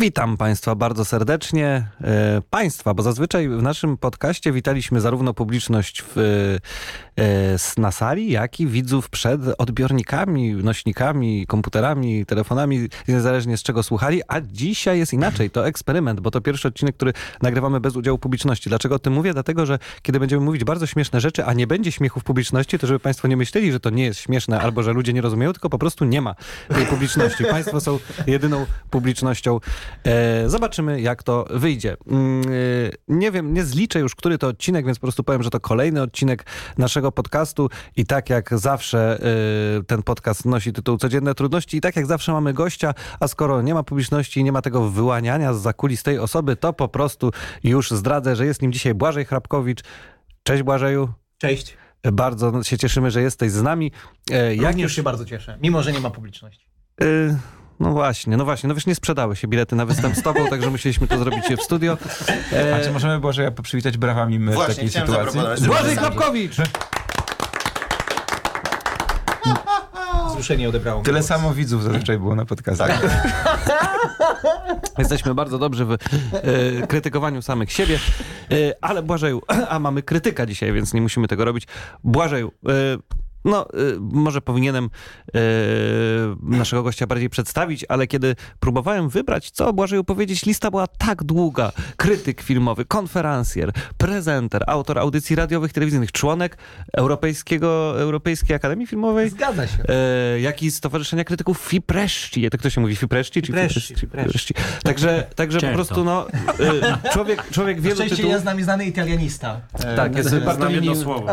Witam Państwa bardzo serdecznie. Państwa, bo zazwyczaj w naszym podcaście witaliśmy zarówno publiczność na sali, jak i widzów przed odbiornikami, nośnikami, komputerami, telefonami, niezależnie z czego słuchali, a dzisiaj jest inaczej. To eksperyment, bo to pierwszy odcinek, który nagrywamy bez udziału publiczności. Dlaczego o tym mówię? Dlatego, że kiedy będziemy mówić bardzo śmieszne rzeczy, a nie będzie śmiechu w publiczności, to żeby Państwo nie myśleli, że to nie jest śmieszne albo że ludzie nie rozumieją, tylko po prostu nie ma tej publiczności. Państwo są jedyną publicznością. Zobaczymy, jak to wyjdzie. Nie wiem, nie zliczę już, który to odcinek, więc po prostu powiem, że to kolejny odcinek naszego podcastu i tak jak zawsze ten podcast nosi tytuł Codzienne Trudności i tak jak zawsze mamy gościa, a skoro nie ma publiczności i nie ma tego wyłaniania zza kulis tej osoby, to po prostu już zdradzę, że jest nim dzisiaj Błażej Hrabkowicz. Cześć Błażeju. Cześć. Bardzo się cieszymy, że jesteś z nami. Również się bardzo cieszę, mimo że nie ma publiczności. No właśnie, wiesz, nie sprzedały się bilety na występ z tobą, także musieliśmy to zrobić w studio. A czy możemy, Błażeja, przywitać brawami my w takiej sytuacji? Błażej Hrabkowicz! Wzruszenie odebrało. Tyle samo widzów zazwyczaj było na podcastach. Tak. Jesteśmy bardzo dobrzy w krytykowaniu samych siebie, ale Błażeju, a mamy krytyka dzisiaj, więc nie musimy tego robić. Błażeju, może powinienem naszego gościa bardziej przedstawić, ale kiedy próbowałem wybrać, co Błażeju powiedzieć, lista była tak długa. Krytyk filmowy, konferencjer, prezenter, autor audycji radiowych, telewizyjnych, członek Europejskiej Akademii Filmowej. Zgadza się. Jak i Stowarzyszenia Krytyków FIPRESZCI. Jak to się mówi? FIPRESZCI? FIPRESZCI. Także po prostu człowiek wielu szczęście tytułów... jest z nami znany italianista. Tak, jest Bartolini.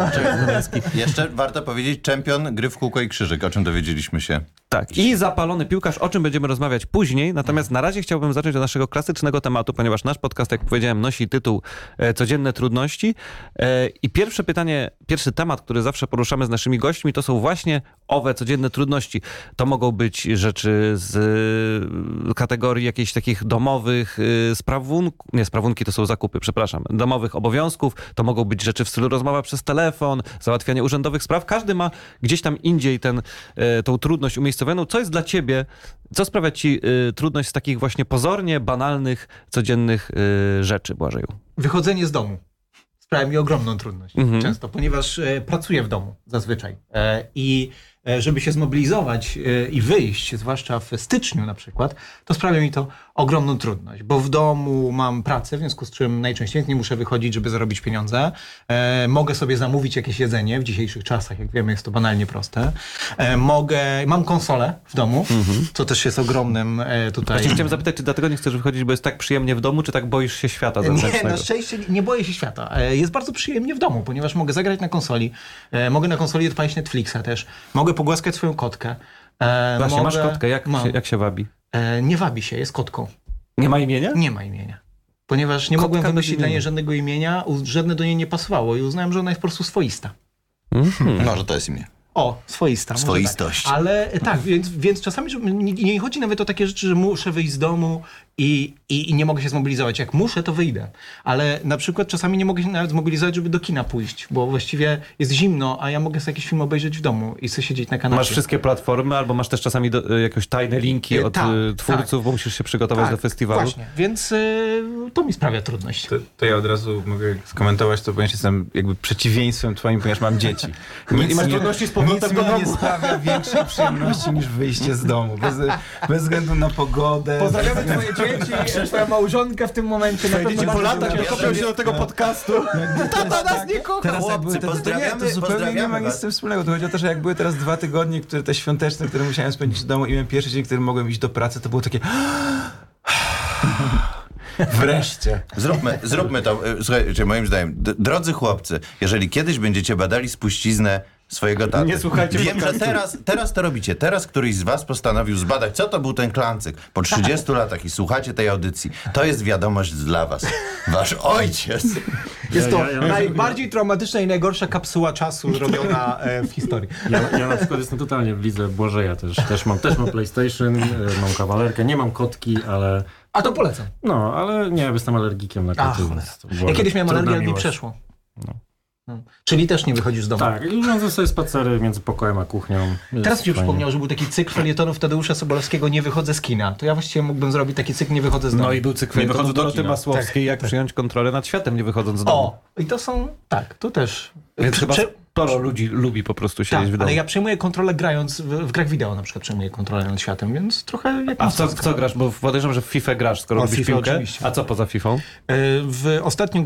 Jeszcze warto powiedzieć czempion gry w kółko i krzyżyk, o czym dowiedzieliśmy się. Tak, i zapalony piłkarz, o czym będziemy rozmawiać później. Natomiast na razie chciałbym zacząć od naszego klasycznego tematu, ponieważ nasz podcast, jak powiedziałem, nosi tytuł Codzienne Trudności. I pierwsze pytanie, pierwszy temat, który zawsze poruszamy z naszymi gośćmi, to są właśnie owe codzienne trudności. To mogą być rzeczy z kategorii jakichś takich domowych sprawunki to są zakupy, przepraszam, domowych obowiązków. To mogą być rzeczy w stylu rozmowa przez telefon, załatwianie urzędowych spraw. Każdy ma gdzieś tam indziej tą trudność umiejscowioną. Co jest dla ciebie, co sprawia ci trudność z takich właśnie pozornie banalnych, codziennych rzeczy, Błażeju? Wychodzenie z domu sprawia mi ogromną trudność często, ponieważ pracuję w domu zazwyczaj. I żeby się zmobilizować i wyjść, zwłaszcza w styczniu na przykład, to sprawia mi to ogromną trudność, bo w domu mam pracę, w związku z czym najczęściej nie muszę wychodzić, żeby zarobić pieniądze. Mogę sobie zamówić jakieś jedzenie, w dzisiejszych czasach, jak wiemy, jest to banalnie proste. Mam konsolę w domu, co też jest ogromnym tutaj... Właśnie chciałem zapytać, czy dlatego nie chcesz wychodzić, bo jest tak przyjemnie w domu, czy tak boisz się świata zewnętrznego? Nie, na szczęście nie boję się świata. Jest bardzo przyjemnie w domu, ponieważ mogę zagrać na konsoli, mogę na konsoli odpalić Netflixa też, mogę pogłaskać swoją kotkę. Właśnie, masz kotkę, jak się wabi? Nie wabi się, jest kotką. Nie ma imienia? Nie ma imienia. Ponieważ nie mogłem wymyślić dla niej żadnego imienia, żadne do niej nie pasowało i uznałem, że ona jest po prostu swoista. No, że to jest imię. O, swoista. Swoistość. Tak. Ale tak, więc czasami nie chodzi nawet o takie rzeczy, że muszę wyjść z domu i nie mogę się zmobilizować. Jak muszę, to wyjdę. Ale na przykład czasami nie mogę się nawet zmobilizować, żeby do kina pójść, bo właściwie jest zimno, a ja mogę sobie jakiś film obejrzeć w domu i sobie siedzieć na kanapie. Masz wszystkie platformy, albo masz też czasami jakieś tajne linki od twórców, bo musisz się przygotować do festiwalu. Właśnie, więc to mi sprawia trudność. To ja od razu mogę skomentować to, ponieważ jestem jakby przeciwieństwem twoim, ponieważ mam dzieci. I masz trudności z powrotem do domu. Nic mi nie sprawia większej przyjemności niż wyjście z domu. Bez względu na pogodę. Pozdrawiamy twoje dzieci, twoja małżonka w tym momencie. Twoje dzieci po latach kopią się do tego podcastu. Tata nas nie kocha! Teraz Chłopcy, to zupełnie pozdrawiamy nie ma nic z tym wspólnego. To chodzi o to, że jak były teraz 2 tygodnie, te świąteczne, które musiałem spędzić w domu i miałem pierwszy dzień, który mogłem iść do pracy, to było takie... Wreszcie. Zróbmy to. Słuchajcie, moim zdaniem, drodzy chłopcy, jeżeli kiedyś będziecie badali spuściznę swojego taty. Nie słuchajcie Wiem, że podcastu. teraz to robicie. Teraz któryś z was postanowił zbadać, co to był ten klancyk po 30 latach i słuchacie tej audycji. To jest wiadomość dla was. Wasz ojciec. Jest to najbardziej traumatyczna i najgorsza kapsuła czasu robiona w historii. Ja na przykład jestem totalnie w lidze Błażeja też mam PlayStation, mam kawalerkę, nie mam kotki, ale... A to polecam. No, ale nie, jestem alergikiem na koty. Ja kiedyś miałem alergię, ale mi przeszło. Czyli też nie wychodzisz z domu. Tak, i urządzę sobie spacery między pokojem a kuchnią. Jest Teraz mi się fajnie. przypomniał, że był taki cykl felietonów Tadeusza Sobolewskiego Nie wychodzę z kina. To ja właściwie mógłbym zrobić taki cykl Nie wychodzę z domu. No i był cykl Nie wychodzę do Doroty kina. Masłowskiej, jak przyjąć kontrolę nad światem, nie wychodząc z domu. O, i to są, tak, to też. Więc chyba Prze- sporo ludzi lubi po prostu tak, siedzieć w domu. ale ja przejmuję kontrolę grając w grach wideo, na przykład przejmuję kontrolę nad światem, więc trochę jak A w co grasz? Bo podejrzewam, że w FIFA grasz, skoro O, lubisz FIFA piłkę. oczywiście. A co poza FIFA? Ostatnio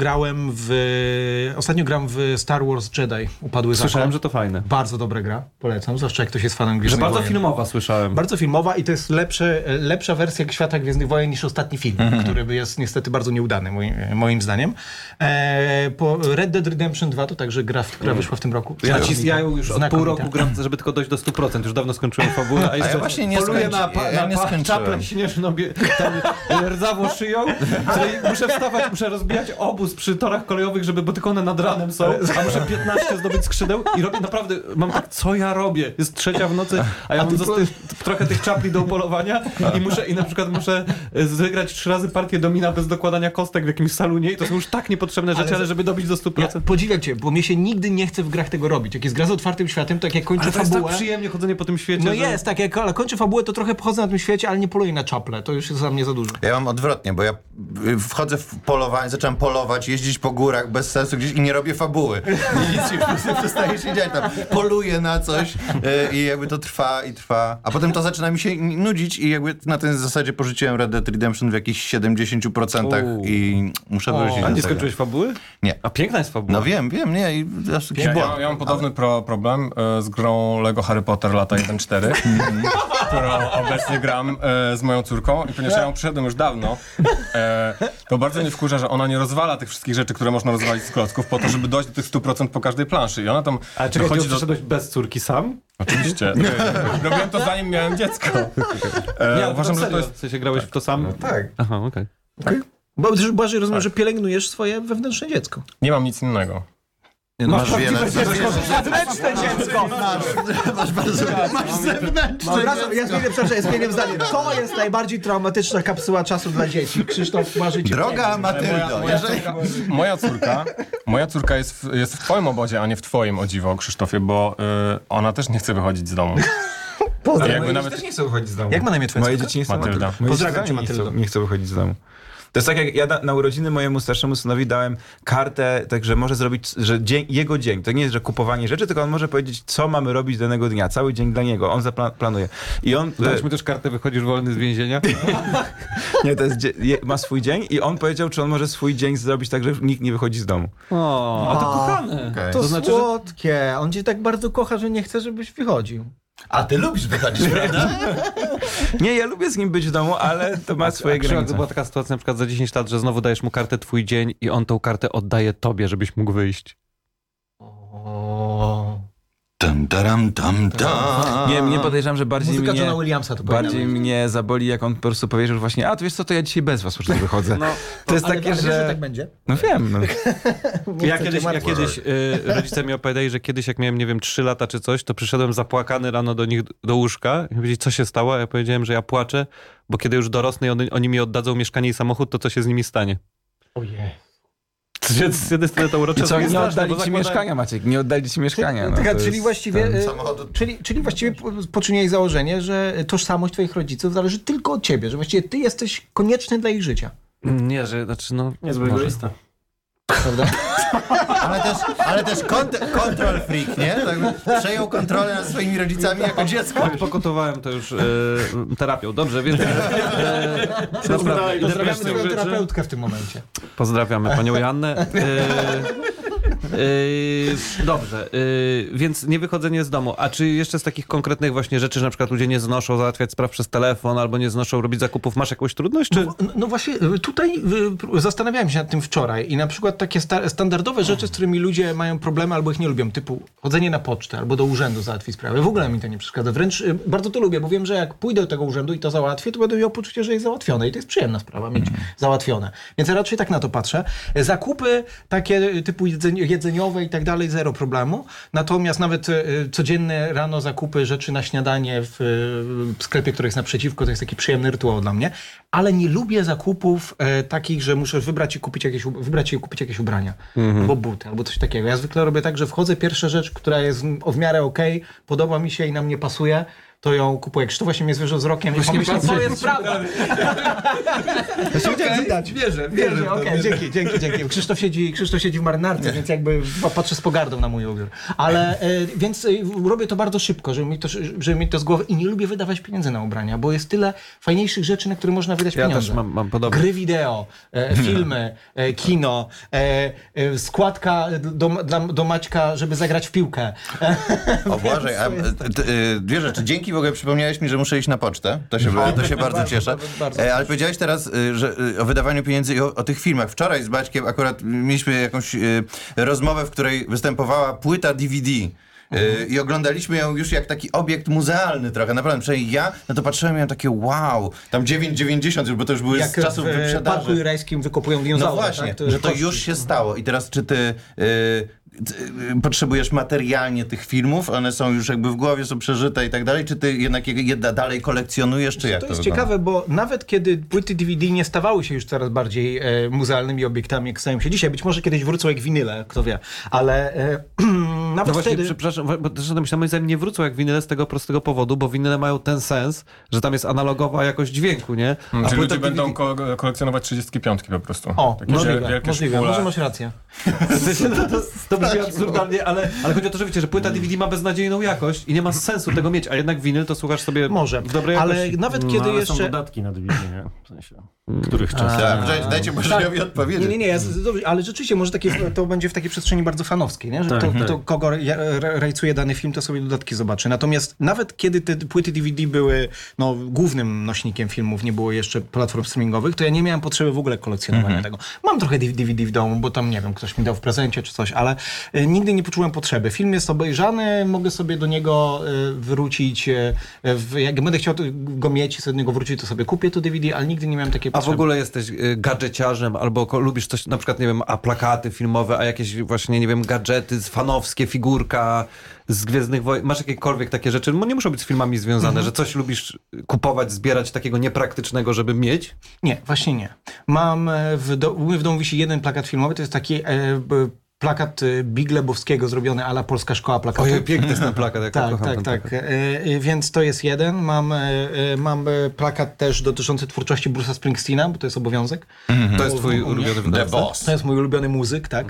gram w Star Wars Jedi, Upadły Zakon. Słyszałem, że to fajne. Bardzo dobra gra, polecam, zwłaszcza jak ktoś jest fanem Że Gwiezdnych bardzo Wojen. filmowa słyszałem. Bardzo filmowa i to jest lepsza wersja Świata Gwiezdnych Wojen niż ostatni film, który jest niestety bardzo nieudany, moim zdaniem. Red Dead Redemption 2 to także gra wyszła w tym roku. Ja już od pół Znakomita. roku gram, żeby tylko dojść do 100%. Już dawno skończyłem fabułę, a jeszcze właśnie nie poluję na, skończy- ja nie skończyłem. czaplę śnieżną, tam rdzawą szyją, której muszę wstawać, muszę rozbijać obóz przy torach kolejowych, bo tylko one nad ranem są, a muszę 15 zdobyć skrzydeł i robię naprawdę, mam tak, co ja robię? Jest 3 w nocy, a ja mam trochę tych czapli do upolowania i na przykład muszę wygrać 3 razy partię domina bez dokładania kostek w jakimś salonie i to są już tak niepotrzebne rzeczy, ale żeby dobić do 100%. Ja podziwiam cię, bo mnie się nigdy nie chce w grach tego robić. Jak jest gra z otwartym światem, to jak kończę Ale to jest fabułę... tak przyjemnie chodzenie po tym świecie. No że... jest, tak, ale kończę fabułę, to trochę pochodzę na tym świecie, ale nie poluję na czaple. To już jest za mnie za dużo. Ja mam odwrotnie, bo ja wchodzę w polowanie, zacząłem polować, jeździć po górach bez sensu gdzieś i nie robię fabuły. I nic się przestaje się dziać tam. Poluję na coś i jakby to trwa i trwa. A potem to zaczyna mi się nudzić i jakby na tej zasadzie porzuciłem Red Dead Redemption w jakichś 70% i muszę wrócić A do nie tego. skończyłeś fabuły? Nie. A piękna jest fabuła. No wiem, nie. I Ja mam podobny problem z grą Lego Harry Potter lata 1.4, którą obecnie gram z moją córką i ponieważ ja ją przeszedłem już dawno, to bardzo mnie wkurza, że ona nie rozwala tych wszystkich rzeczy, które można rozwalić z klocków po to, żeby dojść do tych 100% po każdej planszy. I ona tam A czekaj, ty przeszedłeś bez córki sam? Oczywiście. Robiłem to zanim miałem dziecko. Uważam, że to jest... W sensie grałeś w to sam? Tak. Aha, okej. Bo Błażej, rozumiem, że pielęgnujesz swoje wewnętrzne dziecko. Nie mam nic innego. masz wiele. Wewnętrzne dziecko! Masz zewnętrzne. Zmienię zdanie. To jest najbardziej traumatyczna kapsuła czasu dla dzieci. Krzysztof Błażej. Droga Matyldo, Moja córka jest w twoim obozie, a nie w twoim, o dziwo, Krzysztofie, bo ona też nie chce wychodzić z domu. Ale jakby moje nawet- dzieci też nie chcą wychodzić z domu. Jak ma na imię twoja Moje córka? dzieci nie chcą. Matylda. Moje Pozdrawiam dzieci cię, Matyldo. nie chcą wychodzić z domu. To jest tak, jak ja na urodziny mojemu starszemu synowi dałem kartę, tak że może zrobić, że jego dzień. To nie jest, że kupowanie rzeczy, tylko on może powiedzieć, co mamy robić danego dnia. Cały dzień dla niego. On zaplanuje. I on... Dałeś mu też kartę, wychodzisz wolny z więzienia? Nie, to jest, ma swój dzień i on powiedział, czy on może swój dzień zrobić tak, że nikt nie wychodzi z domu. O, a to kochane. Okej. To znaczy, że... słodkie. On cię tak bardzo kocha, że nie chce, żebyś wychodził. A ty lubisz wychodzić, prawda? Nie, ja lubię z nim być w domu, ale to ma swoje Krzysztof, granice. to była taka sytuacja na przykład za 10 lat, że znowu dajesz mu kartę twój dzień i on tą kartę oddaje tobie, żebyś mógł wyjść. Tam, taram, tam, tam. Nie, mnie podejrzewam, że bardziej Muzyka mnie... Johna Williamsa to Bardziej mnie zaboli, jak on po prostu powiedział właśnie, a to wiesz co, to ja dzisiaj bez was po prostu wychodzę. No, To jest takie, ale że... wiesz, że tak będzie? No wiem, no. Ja kiedyś rodzice mi opowiadali, że kiedyś jak miałem, nie wiem, 3 lata czy coś, to przyszedłem zapłakany rano do nich do łóżka i powiedzieli, co się stało? A ja powiedziałem, że ja płaczę, bo kiedy już dorosnę i oni mi oddadzą mieszkanie i samochód, to co się z nimi stanie? Ojej. Więc z jednej strony to urocze, I z co, drugiej nie straszne, oddali bo ci zakładałem- mieszkania, Maciek, nie oddali ci mieszkania. No, Tak, to czyli jest właściwie... Samochodu. Czyli właściwie poczyniłeś założenie, że tożsamość twoich rodziców zależy tylko od ciebie, że właściwie ty jesteś konieczny dla ich życia. Nie, że znaczy no... Niezły egoista. Prawda? Ale też control freak, nie? Tak, przejął kontrolę nad swoimi rodzicami jako dziecko. Pokutowałem to już terapią. Dobrze, więc... naprawdę, dalej, idę Pozdrawiamy bez tych twoją rzeczy. terapeutkę w tym momencie. Pozdrawiamy panią Joannę. Dobrze, więc niewychodzenie z domu. A czy jeszcze z takich konkretnych właśnie rzeczy, że na przykład ludzie nie znoszą załatwiać spraw przez telefon albo nie znoszą robić zakupów, masz jakąś trudność? Czy... No właśnie, tutaj zastanawiałem się nad tym wczoraj i na przykład takie standardowe rzeczy, z którymi ludzie mają problemy albo ich nie lubią, typu chodzenie na pocztę albo do urzędu załatwić sprawę. W ogóle mi to nie przeszkadza. Wręcz bardzo to lubię, bo wiem, że jak pójdę do tego urzędu i to załatwię, to będę miał poczucie, że jest załatwione i to jest przyjemna sprawa mieć załatwione. Więc ja raczej tak na to patrzę. Zakupy takie typu jedzenie jedzeniowe i tak dalej, zero problemu. Natomiast nawet codzienne rano zakupy rzeczy na śniadanie w sklepie, który jest naprzeciwko, to jest taki przyjemny rytuał dla mnie. Ale nie lubię zakupów takich, że muszę wybrać i kupić jakieś ubrania. Albo buty, albo coś takiego. Ja zwykle robię tak, że wchodzę, pierwsza rzecz, która jest w miarę okej, podoba mi się i na mnie pasuje, to ją kupuję. Krzysztof właśnie mnie zwierzył wzrokiem i pomyślał, co jest prawda. Wierzę, okej, dzięki. Krzysztof siedzi w marynarce, więc jakby patrzę z pogardą na mój ubiór. Ale więc robię to bardzo szybko, żeby mi to z głowy i nie lubię wydawać pieniędzy na ubrania, bo jest tyle fajniejszych rzeczy, na które można wydać pieniądze. Ja też mam podobnie. Gry wideo, filmy, kino, składka do Maćka, żeby zagrać w piłkę. O Błażej, dwie rzeczy. Dzięki w ogóle przypomniałeś mi, że muszę iść na pocztę. To się bardzo cieszę. Ale powiedziałeś teraz że o wydawaniu pieniędzy i o tych filmach. Wczoraj z Baćkiem akurat mieliśmy jakąś rozmowę, w której występowała płyta DVD. I oglądaliśmy ją już jak taki obiekt muzealny trochę, naprawdę. Przynajmniej ja na to patrzyłem i miałem takie wow, tam 9,90, bo to już były z czasów wyprzedaży. Jak w Parku Jurajskim wykopują dinozaury. No właśnie, tak? że to już się stało. I teraz czy ty potrzebujesz materialnie tych filmów, one są już jakby w głowie, są przeżyte i tak dalej, czy ty jednak je dalej kolekcjonujesz, czy jak to jest wygląda? ciekawe, bo nawet kiedy płyty DVD nie stawały się już coraz bardziej muzealnymi obiektami, jak stają się dzisiaj, być może kiedyś wrócą jak winyle, kto wie, ale nawet No właśnie, wtedy... przepraszam, bo też myślę, moim zdaniem nie wrócą jak winyle z tego prostego powodu, bo winyle mają ten sens, że tam jest analogowa jakość dźwięku, nie? A Czyli ludzie DVD... będą kolekcjonować 35 po prostu. O, takie możliwe, szkule. może masz rację. To brzmi absurdalnie, ale chodzi o to, że wiecie, że płyta DVD ma beznadziejną jakość i nie ma sensu tego mieć, a jednak winyl to słuchasz sobie Może, w dobrej jakości. ale nawet kiedy ale jeszcze... są dodatki na DVD, nie? W sensie, których czasach. Tak, dajcie Błażejowi odpowiedzieć. Nie, dobrze, ale rzeczywiście może to będzie w takiej przestrzeni bardzo fanowskiej, nie? Że to kogo rajcuje dany film, to sobie dodatki zobaczy. Natomiast nawet kiedy te płyty DVD były głównym nośnikiem filmów, nie było jeszcze platform streamingowych, to ja nie miałem potrzeby w ogóle kolekcjonowania tego. Mam trochę DVD w domu, bo tam, nie wiem, ktoś mi dał w prezencie czy coś, ale nigdy nie poczułem potrzeby. Film jest obejrzany, mogę sobie do niego wrócić, jak będę chciał go mieć i sobie do niego wrócić, to sobie kupię to DVD, ale nigdy nie miałem takiej potrzeby. A w ogóle jesteś gadżeciarzem albo lubisz coś, na przykład, nie wiem, a plakaty filmowe, a jakieś właśnie, nie wiem, gadżety fanowskie, figurka z Gwiezdnych Wojen. Masz jakiekolwiek takie rzeczy? Nie muszą być z filmami związane, że coś lubisz kupować, zbierać takiego niepraktycznego, żeby mieć? Nie, właśnie nie. Mam w domu wisi jeden plakat filmowy, to jest taki plakat Big Lebowskiego zrobiony a la Polska Szkoła Plakatu. Ojej, piękny jest ten plakat, jak kocham ten plakat. Więc to jest jeden. Mam plakat też dotyczący twórczości Bruce'a Springsteena, bo to jest obowiązek. To jest twój ulubiony wydawca? To jest mój ulubiony muzyk, tak.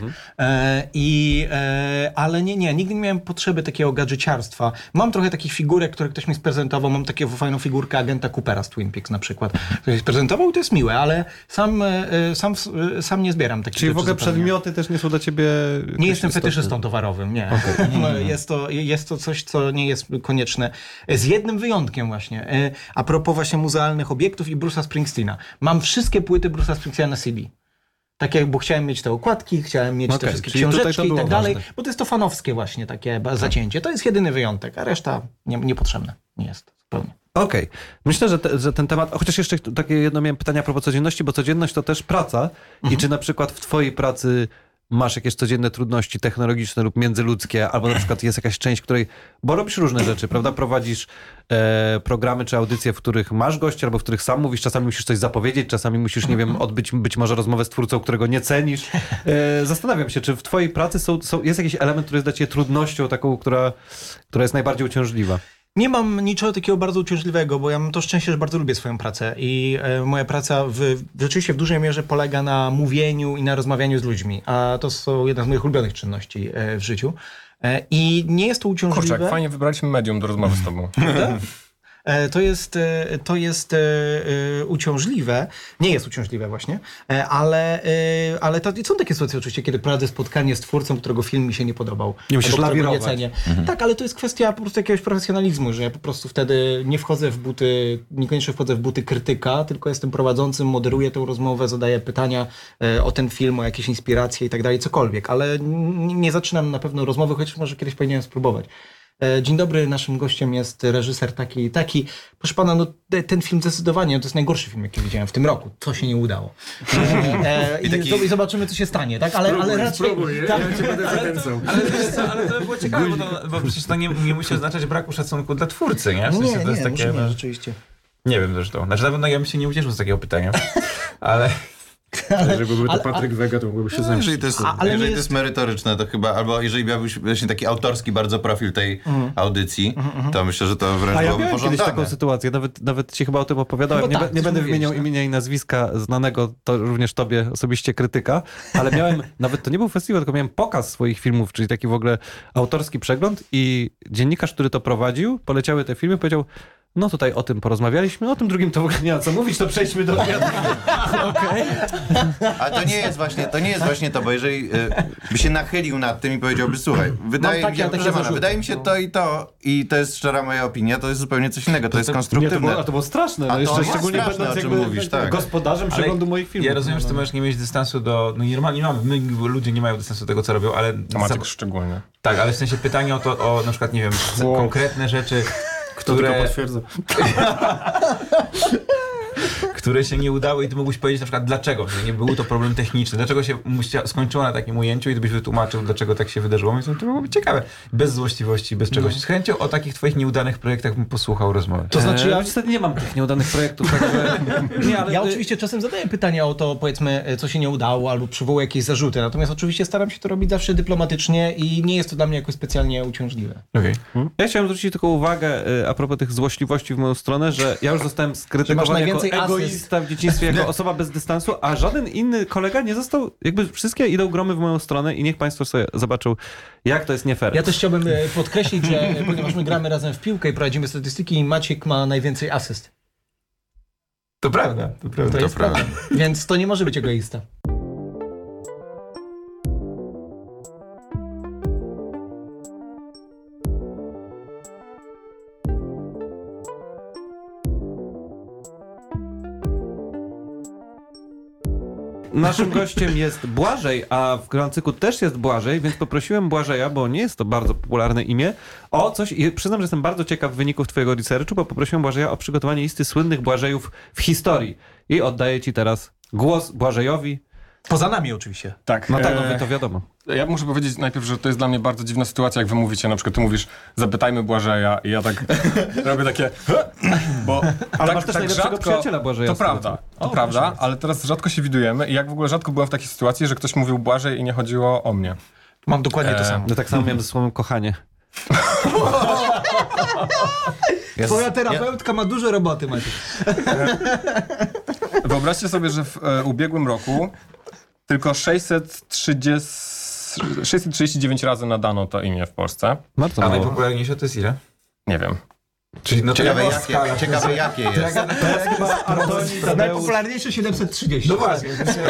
Ale nigdy nie miałem potrzeby takiego gadżeciarstwa. Mam trochę takich figurek, które ktoś mi sprezentował. Mam taką fajną figurkę agenta Coopera z Twin Peaks na przykład. Ktoś sprezentował i to jest miłe, ale sam nie zbieram takich Czyli rzeczy w ogóle zupełnie. przedmioty też nie są dla ciebie... Nie jestem fetyszystą towarowym, nie. Okay. Jest to coś, co nie jest konieczne. Z jednym wyjątkiem właśnie. A propos właśnie muzealnych obiektów i Bruce'a Springsteena. Mam wszystkie płyty Bruce'a Springsteena na CD. Tak jak, bo chciałem mieć te okładki, chciałem mieć te wszystkie książeczki i tak dalej, bo to jest to fanowskie właśnie takie zacięcie. To jest jedyny wyjątek, a reszta niepotrzebne nie jest zupełnie. Okej. Myślę, że ten temat, chociaż jeszcze takie jedno miałem pytanie a propos codzienności, bo codzienność to też praca i czy na przykład w twojej pracy masz jakieś codzienne trudności technologiczne lub międzyludzkie, albo na przykład jest jakaś część, której... Bo robisz różne rzeczy, prawda? Prowadzisz programy czy audycje, w których masz gości, albo w których sam mówisz, czasami musisz coś zapowiedzieć, czasami musisz, nie wiem, odbyć być może rozmowę z twórcą, którego nie cenisz. Zastanawiam się, czy w twojej pracy jest jakiś element, który jest dla ciebie trudnością taką, która jest najbardziej uciążliwa? Nie mam niczego takiego bardzo uciążliwego, bo ja mam to szczęście, że bardzo lubię swoją pracę i moja praca rzeczywiście w dużej mierze polega na mówieniu i na rozmawianiu z ludźmi, a to są jedna z moich ulubionych czynności w życiu. I nie jest to uciążliwe. Kurczę, jak fajnie wybraliśmy medium do rozmowy z tobą. To jest uciążliwe. Nie jest uciążliwe właśnie, ale są takie sytuacje oczywiście, kiedy prowadzę spotkanie z twórcą, którego film mi się nie podobał. Nie musisz albo którego lawirować. nie cenię. Tak, ale to jest kwestia po prostu jakiegoś profesjonalizmu, że ja po prostu wtedy niekoniecznie wchodzę w buty krytyka, tylko jestem prowadzącym, moderuję tę rozmowę, zadaję pytania o ten film, o jakieś inspiracje i tak dalej, cokolwiek, ale nie zaczynam na pewno rozmowy, chociaż może kiedyś powinienem spróbować. Dzień dobry, naszym gościem jest reżyser taki. Proszę pana, no ten film zdecydowanie, to jest najgorszy film, jaki widziałem w tym roku. Co się nie udało. I zobaczymy, co się stanie, tak? Ale raczej... Spróbuj, tak. ja cię będę zachęcał. Ale to by było ciekawe, bo przecież to nie musi oznaczać braku szacunku dla twórcy, nie? W sensie to jest takie, może nie, rzeczywiście. Nie wiem zresztą. Znaczy na pewno ja bym się nie ucieszył z takiego pytania, ale... Jeżeli byłby to Patryk Wega, to mógłby się Jeżeli zemścić. to jest, ale jeżeli nie to jest merytoryczne, to chyba, albo jeżeli miałbyś właśnie taki autorski bardzo profil tej audycji, to myślę, że to wręcz A ja byłoby miałem kiedyś pożądane. taką sytuację, nawet ci chyba o tym opowiadałem. Chyba tak, Nie coś będę mówiłeś, wymieniał tak? imienia i nazwiska znanego, to również tobie osobiście krytyka, ale miałem, nawet to nie był festiwal, tylko miałem pokaz swoich filmów, czyli taki w ogóle autorski przegląd i dziennikarz, który to prowadził, poleciały te filmy, powiedział: no tutaj o tym porozmawialiśmy, o tym drugim to w ogóle nie ma co mówić, to przejdźmy do obiadu. Okej. A to nie jest właśnie to, bo jeżeli by się nachylił nad tym i powiedziałby: słuchaj, wydaje mi się to i to jest szczera moja opinia, to jest zupełnie coś innego, to jest Nie, konstruktywne. to było straszne, A no jeszcze to jest szczególnie straszne, będąc o czym jakby mówisz, tak. gospodarzem przeglądu moich filmów. Ja rozumiem, że ty możesz nie mieć dystansu do... No nie mamy, my ludzie nie mają dystansu do tego, co robią, ale... To Maciek szczególnie. Tak, ale w sensie pytania o na przykład, nie wiem, konkretne rzeczy, To tylko które... potwierdza. które się nie udały i ty mógłbyś powiedzieć na przykład dlaczego, że nie był to problem techniczny, dlaczego się skończyło na takim ujęciu i gdybyś wytłumaczył, dlaczego tak się wydarzyło, więc to byłoby ciekawe. Bez złośliwości, bez czegoś. Z chęcią o takich twoich nieudanych projektach bym posłuchał rozmowy. To znaczy Ja niestety nie mam tych nieudanych projektów, także... Nie, ale Ja oczywiście czasem zadaję pytania o to, powiedzmy, co się nie udało, albo przywołuję jakieś zarzuty, natomiast oczywiście staram się to robić zawsze dyplomatycznie i nie jest to dla mnie jakoś specjalnie uciążliwe. Okej. Ja chciałem zwrócić tylko uwagę a propos tych złośliwości w moją stronę, że ja już zostałem Że masz skrytykowany jako najwięcej egoista w dzieciństwie, jako osoba bez dystansu, a żaden inny kolega nie został, jakby wszystkie idą gromy w moją stronę i niech państwo sobie zobaczą, jak to jest nie fair. Ja też chciałbym podkreślić, że ponieważ my gramy razem w piłkę i prowadzimy statystyki, Maciek ma najwięcej asyst. To prawda, to prawda. To jest prawda. Więc to nie może być egoista. Naszym gościem jest Błażej, a w Grancyku też jest Błażej, więc poprosiłem Błażeja, bo nie jest to bardzo popularne imię, o coś i przyznam, że jestem bardzo ciekaw wyników twojego researchu, bo poprosiłem Błażeja o przygotowanie listy słynnych Błażejów w historii. I oddaję ci teraz głos Błażejowi. Poza nami oczywiście. Tak. No tak, no to wiadomo. Ja muszę powiedzieć najpierw, że to jest dla mnie bardzo dziwna sytuacja, jak wy mówicie, na przykład ty mówisz: zapytajmy Błażeja i ja tak robię takie... Bo Ale tak, masz też najlepszego przyjaciela Błażeja. To prawda, to prawda, ale teraz rzadko się widujemy i jak w ogóle rzadko byłem w takiej sytuacji, że ktoś mówił Błażej i nie chodziło o mnie. Mam dokładnie to samo. No tak samo miałem ze słowem kochanie. Twoja terapeutka ma dużo roboty, Maciek. Wyobraźcie sobie, że w ubiegłym roku tylko 639 razy nadano to imię w Polsce. Bardzo A mało. najpopularniejsze to jest ile? Nie wiem. Czyli no to Ciekawe jaka jakie jest. Najpopularniejsze 730. No właśnie.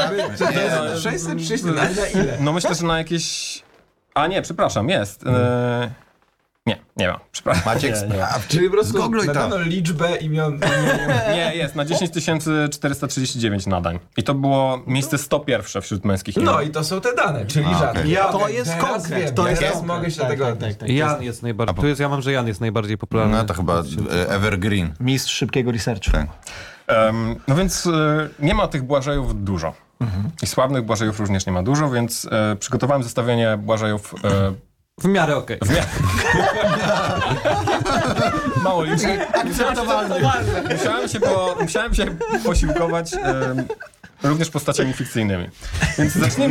630, ale na ile? No myślę, że na jakieś... A nie, przepraszam, jest. Nie ma, przepraszam. Maciek, Nie. sprawdź. Czyli po prostu Zgoogluj to. nadano liczbę imion. Nie, jest. Na 10 439 nadań. I to było miejsce 101 wśród męskich imion. No i to są te dane, czyli A, żadne. okej. Ja To jest konkret. To jest Teraz konkret. mogę się Tak, tego tak, odnieść. tak. Jan jest najbardziej... Tu jest, ja mam, że Jan jest najbardziej popularny. No to chyba evergreen. Mistrz szybkiego researchu. Tak. No więc nie ma tych Błażejów dużo. I sławnych Błażejów również nie ma dużo, więc przygotowałem zestawienie Błażejów W miarę okej. mało licznych. Musiałem się posiłkować również postaciami fikcyjnymi. Więc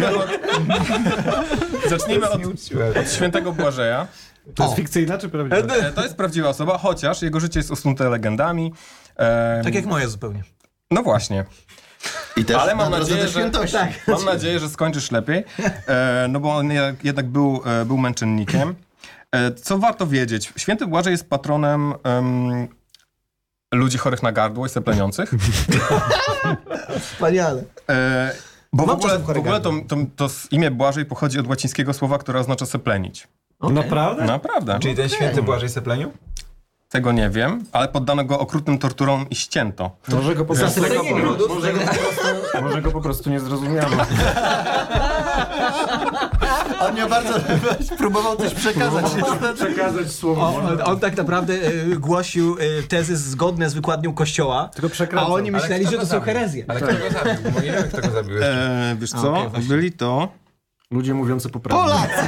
zacznijmy od świętego Błażeja. To jest fikcyjna czy prawdziwa? To jest prawdziwa osoba, chociaż jego życie jest usnute legendami. Tak jak moje zupełnie. No właśnie. I też Ale mam na drodze nadzieję, do że- świętości. Mam nadzieję, że skończysz lepiej, no bo on jednak był męczennikiem. Co warto wiedzieć? Święty Błażej jest patronem ludzi chorych na gardło i sepleniących. Wspaniale. Bo w Mam ogóle, czasem chore gardło. to imię Błażej pochodzi od łacińskiego słowa, które oznacza seplenić. Naprawdę? Naprawdę. Czyli ten święty Błażej Seplenił? Tego nie wiem, ale poddano go okrutnym torturom i ścięto. Może go po prostu, Zasyplenie może go po prostu nie zrozumiano. On nie bardzo próbował coś przekazać. Przekazać słowo. On tak naprawdę głosił tezy zgodne z wykładnią Kościoła, a oni myśleli, że to są herezje. Ale kto go zabił? Bo nie wiemy, kto go zabił. Wiesz co, byli to... Ludzie mówiący poprawnie. Polacy!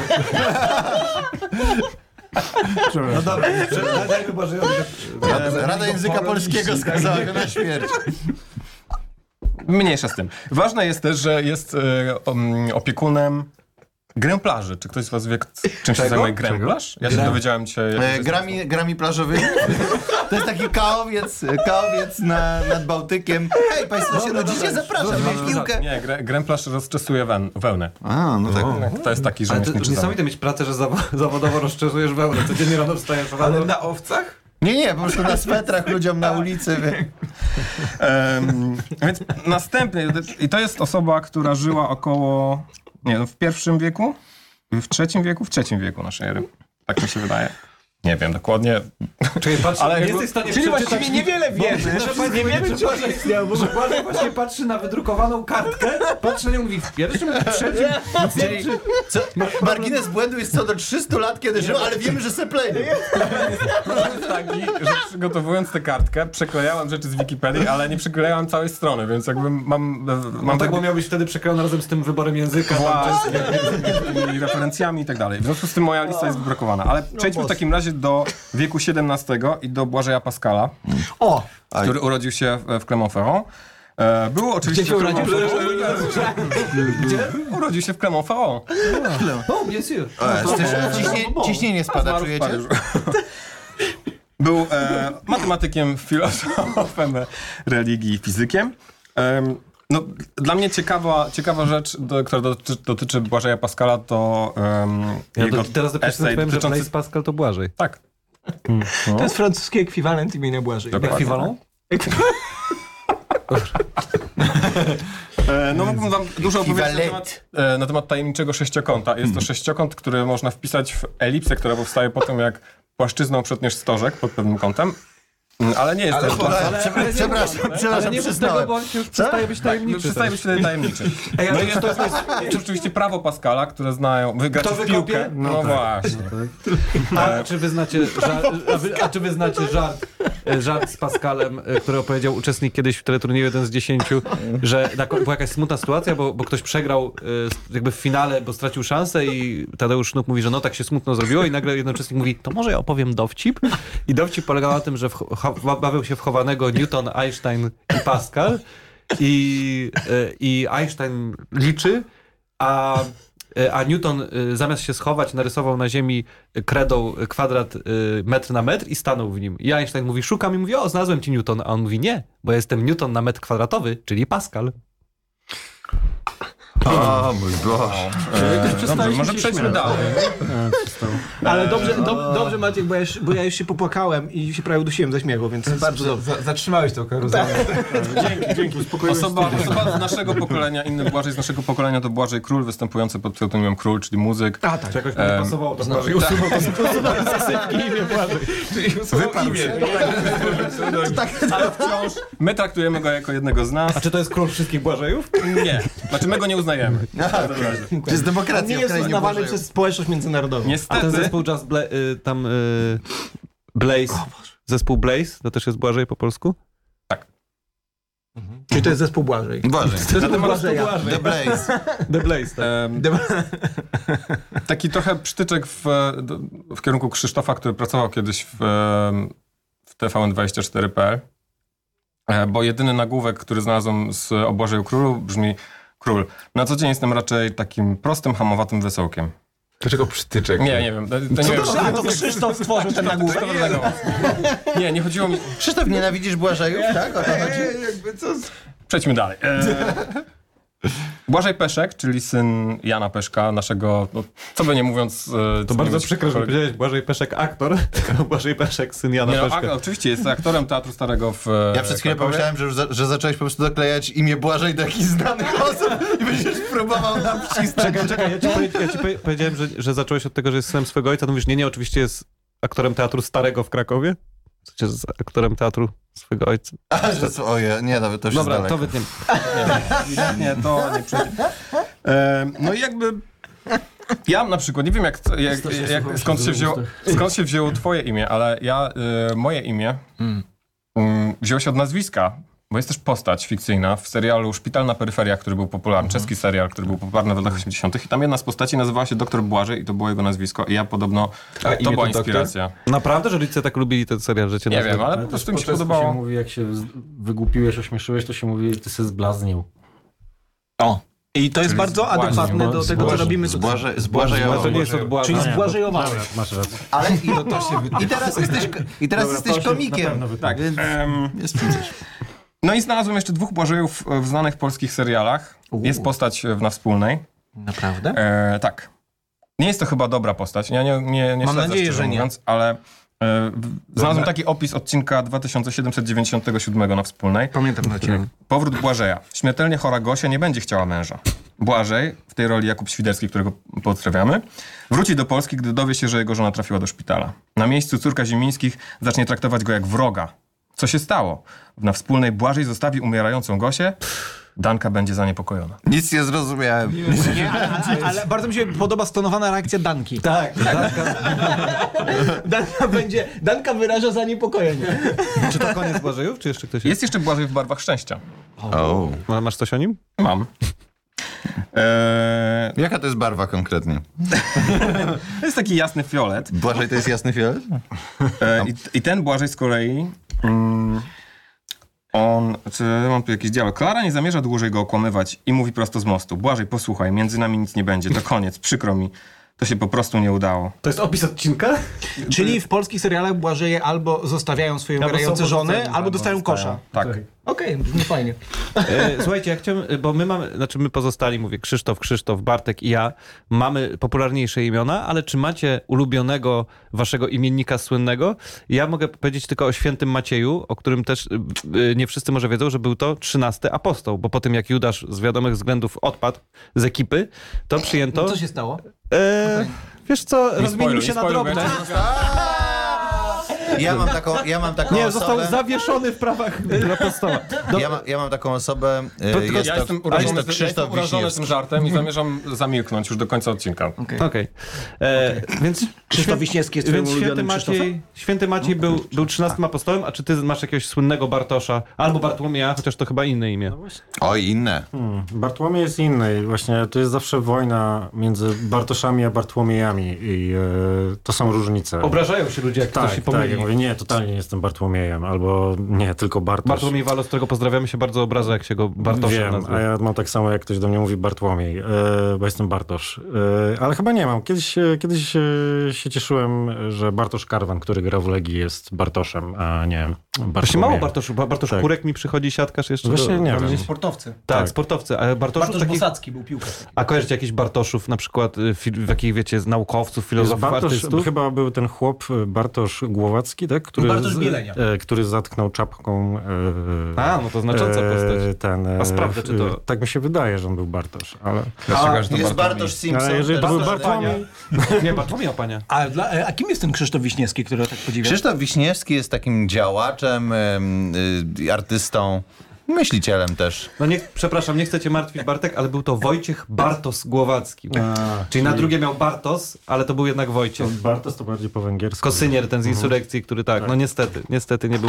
No dobra, dajmy Bożejowi. Rada Języka Polskiego skazała go na śmierć. Mniejsza z tym. Ważne jest też, że jest opiekunem gręplaży. Czy ktoś z was wie, czym się zajmuje gręblarz? Ja się dowiedziałem dzisiaj... Grami plażowymi? To jest taki kałowiec nad Bałtykiem. Hej, państwo się rodzicie? Zapraszam na piłkę. Nie, gręblarz rozczesuje wełnę. A, no tak. To jest taki Ale to rzemieślniczy zawód. niesamowite mieć pracę, że zawodowo rozczesujesz wełnę. Codziennie rano wstajesz Ale na owcach? Nie, po prostu na swetrach ludziom na ulicy. Więc następny, i to jest osoba, która żyła około, w pierwszym wieku, w trzecim wieku naszej ery. Tak mi się wydaje. Nie wiem dokładnie. Czyli patrz, Ale nie jakby- jesteś w stanie Czyli przeczytać... właściwie niewiele wiemy. Nie wiemy, czy Błażej istniał, bo Błażej właśnie patrzy na wydrukowaną kartkę, patrzy na nią i mówi w pierwszym, w trzecim, Czyli margines błędu jest co do 300 lat, kiedy żył, ale wiemy, że sepleni. Jest taki, że przygotowując tę kartkę, przeklejałem rzeczy z Wikipedii, ale nie przeklejałem całej strony, więc jakby mam tak, taki bo miał być wtedy przeklejony razem z tym wyborem języka. właśnie, i referencjami i tak dalej. W związku z tym moja lista jest wybrokowana. Ale przejdźmy w takim razie do wieku XVII i do Błażeja Pascala, który urodził się w Clermont-Ferrand. Było oczywiście... Gdzie się urodził? Gdzie? Urodził się w Clermont-Ferrand. O, bien sûr. Ciśnienie spada, Zmarł w czujecie? Paryżu. Był matematykiem, filozofem religii i fizykiem. No, dla mnie ciekawa rzecz, która dotyczy Błażeja Pascala, to jego Teraz dopiero esej powiem, że dotyczący... Blaise Pascal to Błażej. Tak. To jest francuski ekwiwalent imienia Błażej. Ekwiwalent? No mógłbym wam dużo opowiedzieć na temat tajemniczego sześciokąta. Jest to sześciokąt, który można wpisać w elipsę, która powstaje po tym, jak płaszczyzną przetniesz stożek pod pewnym kątem. Ale nie jest to... Przepraszam, Nie mów tego, bo on się już przestaje być tajemniczy. Przestaje być wtedy tajemniczy. No i jest to jest oczywiście prawo Pascala, które znają... Wygrać w piłkę. No właśnie. A czy wy znacie żart z Pascalem, który opowiedział uczestnik kiedyś w teleturnieju 1 z 10, że była jakaś smutna sytuacja, bo ktoś przegrał jakby w finale, bo stracił szansę i Tadeusz Sznuk mówi, że no tak się smutno zrobiło i nagle jeden uczestnik mówi, to może ja opowiem dowcip? I dowcip polegał na tym, że bawił się w chowanego Newton, Einstein i Pascal i Einstein liczy, a Newton zamiast się schować narysował na ziemi kredą kwadrat metr na metr i stanął w nim. I Einstein mówi, szukam i mówi, o, znalazłem ci Newton. A on mówi, nie, bo jestem Newton na metr kwadratowy, czyli Pascal. O mój Boże. Dobrze, może przejdźmy dalej. Ale dobrze Maciek, bo ja już się popłakałem i się prawie udusiłem ze śmiechu, więc bardzo dobrze. Zatrzymałeś tą karuzelę. Dzięki. Osoba z naszego pokolenia, inny Błażej z naszego pokolenia to Błażej Król, występujący pod pseudonimem Król, czyli muzyk. A tak. Czy jakoś nie pasowało to Błażej? Usunął to imię Błażej. Wyparł się. Ale wciąż my traktujemy go jako jednego z nas. A czy to jest król wszystkich Błażejów? Nie. Znaczy my go nie uznajemy. To jest demokracja Nie w jest krainie uznawany Błażejów. przez społeczność międzynarodową. A ten Niestety... zespół Jazz Blaze, zespół Blaze, to też jest Błażej po polsku? Czyli to jest zespół Błażej. Błażej. Zespół Błażeja. The Blaze. The Blaze, tak. Taki trochę przytyczek w kierunku Krzysztofa, który pracował kiedyś w TVN24.pl, bo jedyny nagłówek, który znalazłem o Błażeju Królu brzmi: Król. Na co dzień jestem raczej takim prostym, hamowatym wesołkiem. Dlaczego przytyczek? Nie wiem. To nie wiem. A to Krzysztof stworzył ten nagłówek. Nie chodziło mi... Krzysztof, nienawidzisz Błażejów, tak? O to chodzi? Przejdźmy dalej. Błażej Peszek, czyli syn Jana Peszka, naszego, no, co by nie mówiąc... To bardzo przykro, że powiedziałeś Błażej Peszek aktor, tylko Błażej Peszek, syn Jana Peszka. Oczywiście, jest aktorem Teatru Starego w Ja przez chwilę Krakowie. pomyślałem, że zacząłeś po prostu doklejać imię Błażej do jakichś znanych osób i będziesz próbował nam wcisnąć. Czekaj, ja ci powiedziałem, że zacząłeś od tego, że jest synem swojego ojca, to mówisz, nie, oczywiście jest aktorem Teatru Starego w Krakowie? Czy z aktorem Teatru swojego ojca? Oje, nie, to już jest Dobra, daleko. to wytniemy. Nie, to nie przejdzie. No i jakby Ja na przykład, nie wiem skąd się wzięło twoje imię, ale moje imię wzięło się od nazwiska, bo jest też postać fikcyjna w serialu Szpital na peryferiach, który był popularny, czeski serial, który był popularny w latach 80. i tam jedna z postaci nazywała się Dr. Błażej i to było jego nazwisko i ja podobno, to była inspiracja. Naprawdę, że rodzice tak lubili ten serial, że cię Nie wiem, ale Ale po prostu też mi się po czesku podobało. się mówi, jak się wygłupiłeś, ośmieszyłeś, to się mówi, ty się zblaznił. O. I to jest Czyli bardzo zbłaźnił. adekwatne do tego, co robimy. Ale to nie jest od Błaża. Czyli zbłażejowałeś. Masz rację. Ale i teraz jesteś komikiem. Tak. Jest przecież. No i znalazłem jeszcze 2 Błażejów w znanych polskich serialach. Jest postać Na Wspólnej. Naprawdę? Tak. Nie jest to chyba dobra postać. Ja nie Mam śledzę, nadzieję, szczerze że nie. mówiąc, ale znalazłem taki opis odcinka 2797 Na Wspólnej. Pamiętam na ciebie. Powrót Błażeja. Śmiertelnie chora Gosia nie będzie chciała męża. Błażej, w tej roli Jakub Świderski, którego pozdrawiamy, wróci do Polski, gdy dowie się, że jego żona trafiła do szpitala. Na miejscu córka Zimińskich zacznie traktować go jak wroga. Co się stało? Na Wspólnej Błażej zostawi umierającą Gosię. Danka będzie zaniepokojona. Nic nie zrozumiałem. Nie, ale bardzo mi się podoba stonowana reakcja Danki. Tak. Danka wyraża zaniepokojenie. Czy to koniec Błażejów, czy jeszcze ktoś Jest jeszcze Błażej w barwach szczęścia. O. Masz coś o nim? Mam. Jaka to jest barwa konkretnie? To jest taki jasny fiolet. Błażej to jest jasny fiolet? I ten Błażej z kolei... mam tu jakiś dialog. Klara nie zamierza dłużej go okłamywać i mówi prosto z mostu. Błażej, posłuchaj, między nami nic nie będzie. To koniec, przykro mi. To się po prostu nie udało. To jest opis odcinka? Czyli w polskich serialach Błażeje albo zostawiają swoje Albo umierające są żony, porzuceni, albo dostają kosza. Tak. Okej, brzmi fajnie. Słuchajcie, ja chciałem, bo my pozostali, mówię, Krzysztof, Bartek i ja, mamy popularniejsze imiona, ale czy macie ulubionego waszego imiennika słynnego? Ja mogę powiedzieć tylko o świętym Macieju, o którym też nie wszyscy może wiedzą, że był to 13 apostoł, bo po tym jak Judasz z wiadomych względów odpadł z ekipy, to przyjęto... Co się stało? Wiesz co, rozmienił spoiluj, się na spoiluj, drobne. Ja mam taką Nie, osobę. został zawieszony w prawach apostoła. Ja mam taką osobę. tylko- Ja jestem Krzysztof urażony Wiśniewski. tym żartem i zamierzam zamilknąć już do końca odcinka. Okej. Więc Krzysztof Wiśniewski jest twoim Więc ulubionym Krzysztofem? święty Maciej był 13 apostołem, a czy ty masz jakiegoś słynnego Bartosza? Albo Bartłomieja, chociaż to chyba inne imię. Oj, inne. Bartłomiej jest inny i właśnie to jest zawsze wojna między Bartoszami a Bartłomiejami i to są różnice. Obrażają się ludzie, jak ktoś się Tak, pomyli. ja mówię, nie, totalnie nie jestem Bartłomiejem, albo nie, tylko Bartosz. Bartłomiej Walos, którego pozdrawiamy, się bardzo obraża, jak się go Bartoszem Wiem, nazywa. a ja mam tak samo, jak ktoś do mnie mówi Bartłomiej, bo jestem Bartosz. Ale chyba nie mam. Kiedyś się cieszyłem, że Bartosz Karwan, który gra w Legii, jest Bartoszem, a nie Właśnie Bartłomiejem. mało Bartoszu. Bartosz Tak. Kurek mi przychodzi, siatkarz jeszcze. Właśnie nie wiem. Sportowcy. Tak, sportowcy. A Bartoszów Bartosz takich... Bosacki był piłkarz. A kojarzycie jakichś Bartoszów, na przykład w jakich, wiecie, z naukowców, Jest filozofów, Bartosz, artystów? chyba był ten chłop Bartosz Głowacki, tak? Bartosz Bielenia. Który zatknął czapką A, no to znacząca postać. ten... A sprawdzę, czy to... Tak mi się wydaje, że on był Bartosz, ale... Jest Bartosz Simpson. Ale jeżeli to był Bartosz Bartłomiej... Nie, Bartłomiej Pania. A kim jest ten Krzysztof Wiśniewski, który tak podziwia? Krzysztof Wiśniewski jest takim działaczem, artystą, myślicielem też. No przepraszam, nie chcę cię martwić, Bartek, ale był to Wojciech Bartos Głowacki. Czyli na drugie miał Bartos, ale to był jednak Wojciech. Bartos to bardziej po węgiersku. Kosynier, ten z Insurekcji, który no niestety nie był.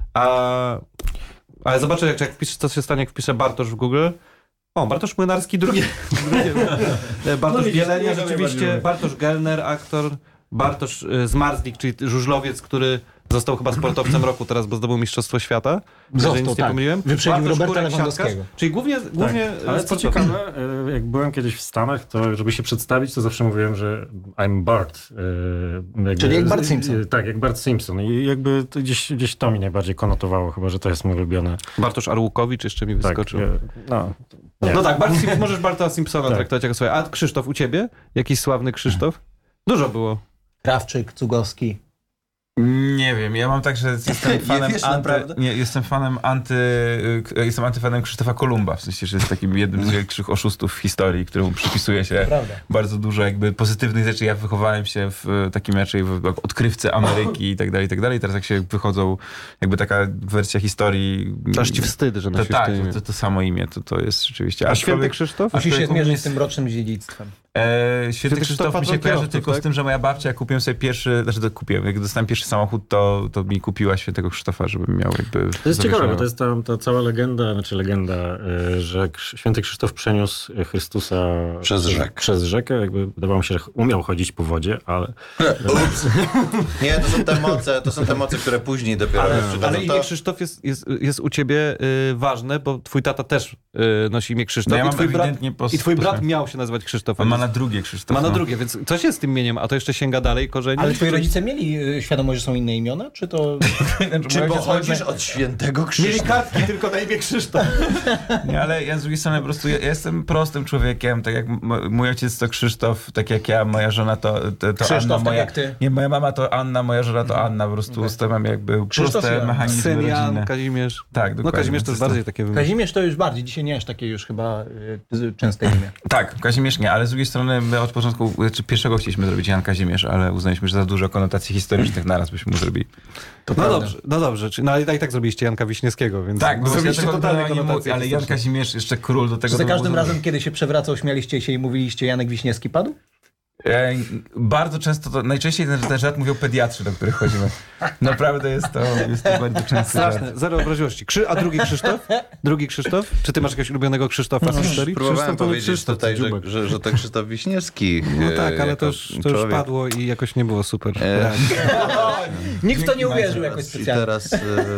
Ale zobaczę, jak wpiszę, co się stanie, jak wpiszę Bartosz w Google. O, Bartosz Młynarski, drugie. Bartosz Bielenia, rzeczywiście, Bartosz Gelner, aktor, Bartosz Zmarzlik, czyli żużlowiec, który został chyba sportowcem roku teraz, bo zdobył Mistrzostwo Świata. Jeżeli nic nie pomyliłem. Wyprzedził Bartosz Roberta Kurek, Lewandowskiego. siatkarz, czyli głównie Ale co sportowiec. ciekawe, jak byłem kiedyś w Stanach, to żeby się przedstawić, to zawsze mówiłem, że I'm Bart. Czyli jak Bart Simpson. Tak, jak Bart Simpson. I jakby to gdzieś to mi najbardziej konotowało, chyba że to jest mój ulubiony. Bartosz Arłukowicz jeszcze mi wyskoczył. Nie. No tak, możesz Barta Simpsona traktować jako swoje. A Krzysztof, u ciebie? Jakiś sławny Krzysztof? Dużo było. Krawczyk, Cugowski. Nie wiem, ja mam tak, że jestem fanem wiesz, naprawdę? jestem antyfanem Krzysztofa Kolumba, w sensie, że jest takim jednym z większych oszustów w historii, któremu przypisuje się Prawda. bardzo dużo jakby pozytywnych rzeczy. Ja wychowałem się w takim raczej w odkrywce Ameryki i tak dalej. Teraz jak się wychodzą jakby taka wersja historii... Aż ci wstyd, że To nosisz tak, to imię. to samo imię, to jest rzeczywiście... A święty Krzysztof? Musisz się człowiek zmierzyć umie- z tym rocznym dziedzictwem. Święty Krzysztof mi się patron kojarzy kierowców, tylko tak? z tym, że moja babcia, jak kupiłem sobie pierwszy, jak dostałem pierwszy samochód, to mi kupiła Świętego Krzysztofa, żebym miał jakby... To jest ciekawe, bo to zawieszonego. jest ta cała legenda, że Święty Krzysztof przeniósł Chrystusa przez rzekę. Jakby wydawało mi się, że umiał chodzić po wodzie, ale... Nie, to są te moce, które później dopiero przychodzą. Ale imię Krzysztof jest u ciebie ważne, bo twój tata też nosi imię Krzysztof. No ja i mam twój brat, ewidentnie i twój brat miał się nazywać Krzysztof. On ma na drugie Krzysztof. Ma na no. drugie, więc co się z tym imieniem? A to jeszcze sięga dalej korzeni? Ale twoi rodzice mieli świadomość, że są inne imiona? Czy to... Czy pochodzisz od świętego Mieli Krzysztofa? kartki tylko na imię Krzysztof. Nie, ale ja z drugiej strony po prostu ja jestem prostym człowiekiem, tak jak mój ojciec to Krzysztof, tak jak ja, moja żona to Krzysztof, Anna, tak moja, jak ty. nie, moja mama to Anna, moja żona to Anna, po prostu ustawiam jakby Krzysztof proste Jan. mechanizmy Syn Jan, rodzinne. Kazimierz. Tak, No dokładnie. Kazimierz to jest bardziej takie Kazimierz to już bardziej, dzisiaj nie aż takie już chyba częste imię. Tak, Kazimierz nie, ale z drugiej strony my od początku, pierwszego chcieliśmy zrobić Jan Kazimierz, ale uznaliśmy, że za dużo konotacji historycznych naraz byśmy mu zrobili. No dobrze, ale i tak zrobiliście Janka Wiśniewskiego, więc Tak, bo zrobiliście totalne konotacje ale Jan historyczne. Kazimierz, jeszcze król do tego. Czy za to każdym było- razem, kiedy się przewracał, śmialiście się i mówiliście Janek Wiśniewski padł? Bardzo często najczęściej ten żart mówią pediatrzy, do których chodzimy. Naprawdę jest to bardzo często żart. Straszne, zero obraźliwości. A drugi Krzysztof? Drugi Krzysztof? Czy ty masz jakiegoś ulubionego Krzysztofa z historii? Próbowałem Krzysztof, powiedzieć Krzysztof, tutaj, Dziubek. że to Krzysztof Wiśniewski. No tak, ale jako to już człowiek. padło i jakoś nie było super. Nikt w to nie Dzięki, uwierzył Maciek. jakoś I specjalnie. teraz...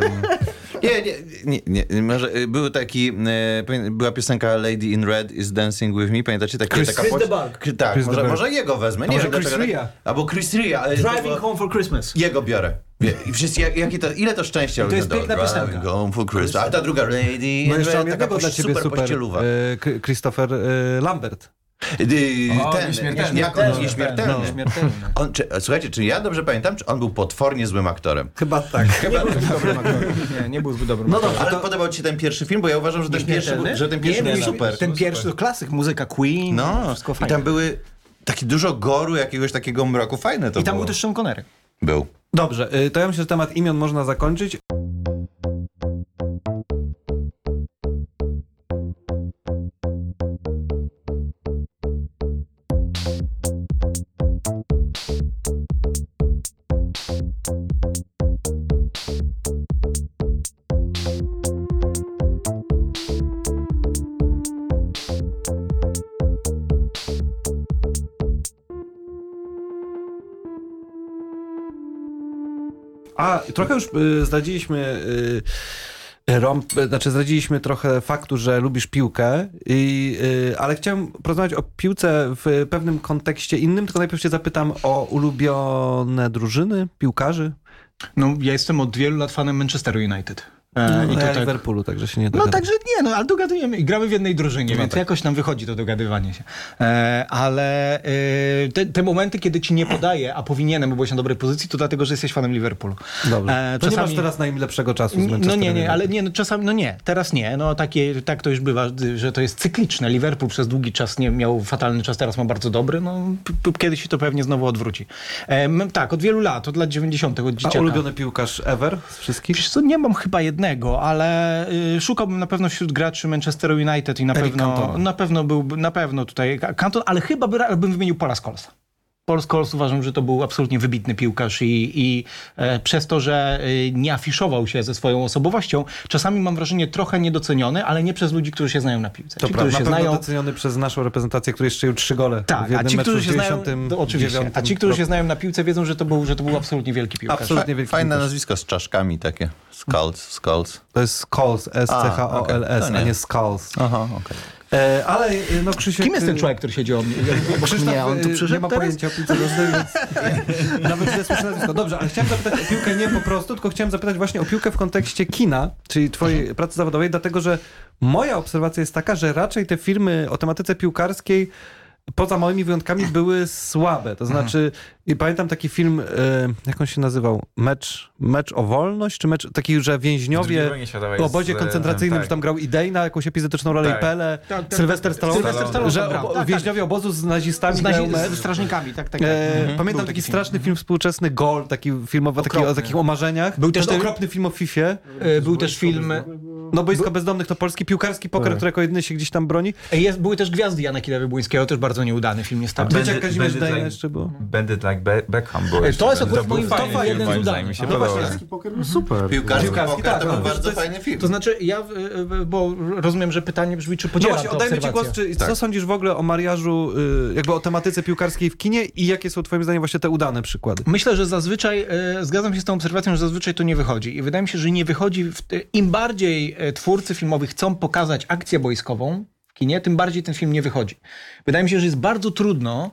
Nie, może był taki, była piosenka Lady in Red is Dancing With Me, pamiętacie? Taka Chris the Bug. Tak, Chris the Bug. może jego wezmę. Nie może wiem, Chris dlaczego tak- Ria. Albo Chris Ria. Ale Driving Home for Christmas. Jego biorę. I wszyscy, ile to szczęścia to jest ludzie piękna dają. piosenka. Driving Home for Christmas. A ta druga Lady in No jeszcze Red, mam taka jednego dla ciebie super. pościeluwa. Christopher Lambert. Nieśmiertelny. Jak on nieśmiertelny. No, śmiertelny. Słuchajcie, czy ja dobrze pamiętam, czy on był potwornie złym aktorem? Chyba tak. Nie był zbyt dobrym. No dobrze, Ale to, podobał ci się ten pierwszy film? Bo ja uważam, że ten pierwszy Nie, był super. Ten pierwszy to klasyk, muzyka Queen, No, wszystko i fajne. tam były takie dużo goru, jakiegoś takiego mroku. Fajne to I tam było. był też Sean Connery. Był. dobrze, to ja myślę, że temat imion można zakończyć. A trochę już zdradziliśmy zdradziliśmy trochę faktu, że lubisz piłkę, ale chciałem porozmawiać o piłce w pewnym kontekście innym, tylko najpierw cię zapytam o ulubione drużyny, piłkarzy. No, ja jestem od wielu lat fanem Manchesteru United. I to to tak. Liverpoolu, także się nie No dogadamy. także nie, no ale dogadujemy i gramy w jednej drużynie, więc jakoś nam wychodzi to dogadywanie się. Ale te momenty, kiedy ci nie podaję, a powinienem, bo byłeś na dobrej pozycji, to dlatego, że jesteś fanem Liverpoolu. Dobrze. To nie masz teraz najlepszego czasu z Manchesterem. No nie, United. ale nie, no czasami, no nie, teraz nie. No tak to już bywa, że to jest cykliczne. Liverpool przez długi czas nie miał fatalny czas, teraz ma bardzo dobry. No kiedyś się to pewnie znowu odwróci. Tak, od wielu lat, od lat 90. od A dzieciaka. ulubiony piłkarz ever z wszystkich? Wiesz co, nie mam chyba jednego, ale szukałbym na pewno wśród graczy Manchesteru United i Eric Cantona. na pewno tutaj Canton, ale chyba bym wymienił Paula Scholesa. Paul Scholes uważam, że to był absolutnie wybitny piłkarz i przez to, że nie afiszował się ze swoją osobowością, czasami mam wrażenie trochę niedoceniony, ale nie przez ludzi, którzy się znają na piłce. To Ci, prawda, którzy na się pewno znają, doceniony przez naszą reprezentację, który strzelił 3 gole w tak, jednym a ci, meczu którzy w się znają, 99 to oczywiście, a ci, którzy się znają na piłce, wiedzą, że to był absolutnie wielki piłkarz. Absolutnie wielki Fajne piłkarz. nazwisko z czaszkami takie. Skulls. To jest Scholes, S-C-H-O-L-S, okej, to a nie. nie Skulls. Aha, okej. Ale no Krzysiek... Kim jest ten człowiek, który siedzi obok mnie? On tu przyszedł nie ma teraz? pojęcia o piłce nożnej, więc nawet źle słyszę nazwisko. Dobrze, ale chciałem zapytać o piłkę nie po prostu, tylko chciałem zapytać właśnie o piłkę w kontekście kina, czyli twojej pracy zawodowej, dlatego że moja obserwacja jest taka, że raczej te filmy o tematyce piłkarskiej poza małymi wyjątkami były słabe. To znaczy, i pamiętam taki film, jak on się nazywał? Mecz o wolność? Czy mecz taki, że więźniowie w obozie koncentracyjnym, że tam grał Idej na jakąś epizodyczną rolę Tak. i Pele, Tak. Sylwester Stallone, Sylwester Stallone że tam grał. Tak, więźniowie obozu z nazistami grają mecz. Z strażnikami, tak. Pamiętam taki straszny film współczesny, Gol, taki film o takich omarzeniach. Był też ten ten- okropny film o Fifie. Był też film... No Boisko Bezdomnych to polski piłkarski poker, który jako jedyny się gdzieś tam broni. Były też Gwiazdy Jana Kidawry-Błyńskiego, też bardzo nieudany film niestety. Wiecie, jak Kazimierz Dejna jeszcze było? Bandit like Beckham było. To jest akurat moim fajny top film, jeden z moim udanych. zdaniem, mi się No podobał. Piłkarski poker był super. Piłkarski Piłkarski, poker tak, to był no, bardzo to jest- fajny film. To znaczy, bo rozumiem, że pytanie brzmi, czy No podzielam właśnie, tę oddajmy ci obserwację. głos. Co sądzisz w ogóle o mariażu, jakby o tematyce piłkarskiej w kinie i jakie są twoim zdaniem właśnie te udane przykłady? Myślę, że zazwyczaj, zgadzam się z tą obserwacją, że zazwyczaj to nie wychodzi. I wydaje mi się, że nie wychodzi, im bardziej twórcy filmowi chcą pokazać akcję boiskową w kinie, tym bardziej ten film nie wychodzi. Wydaje mi się, że jest bardzo trudno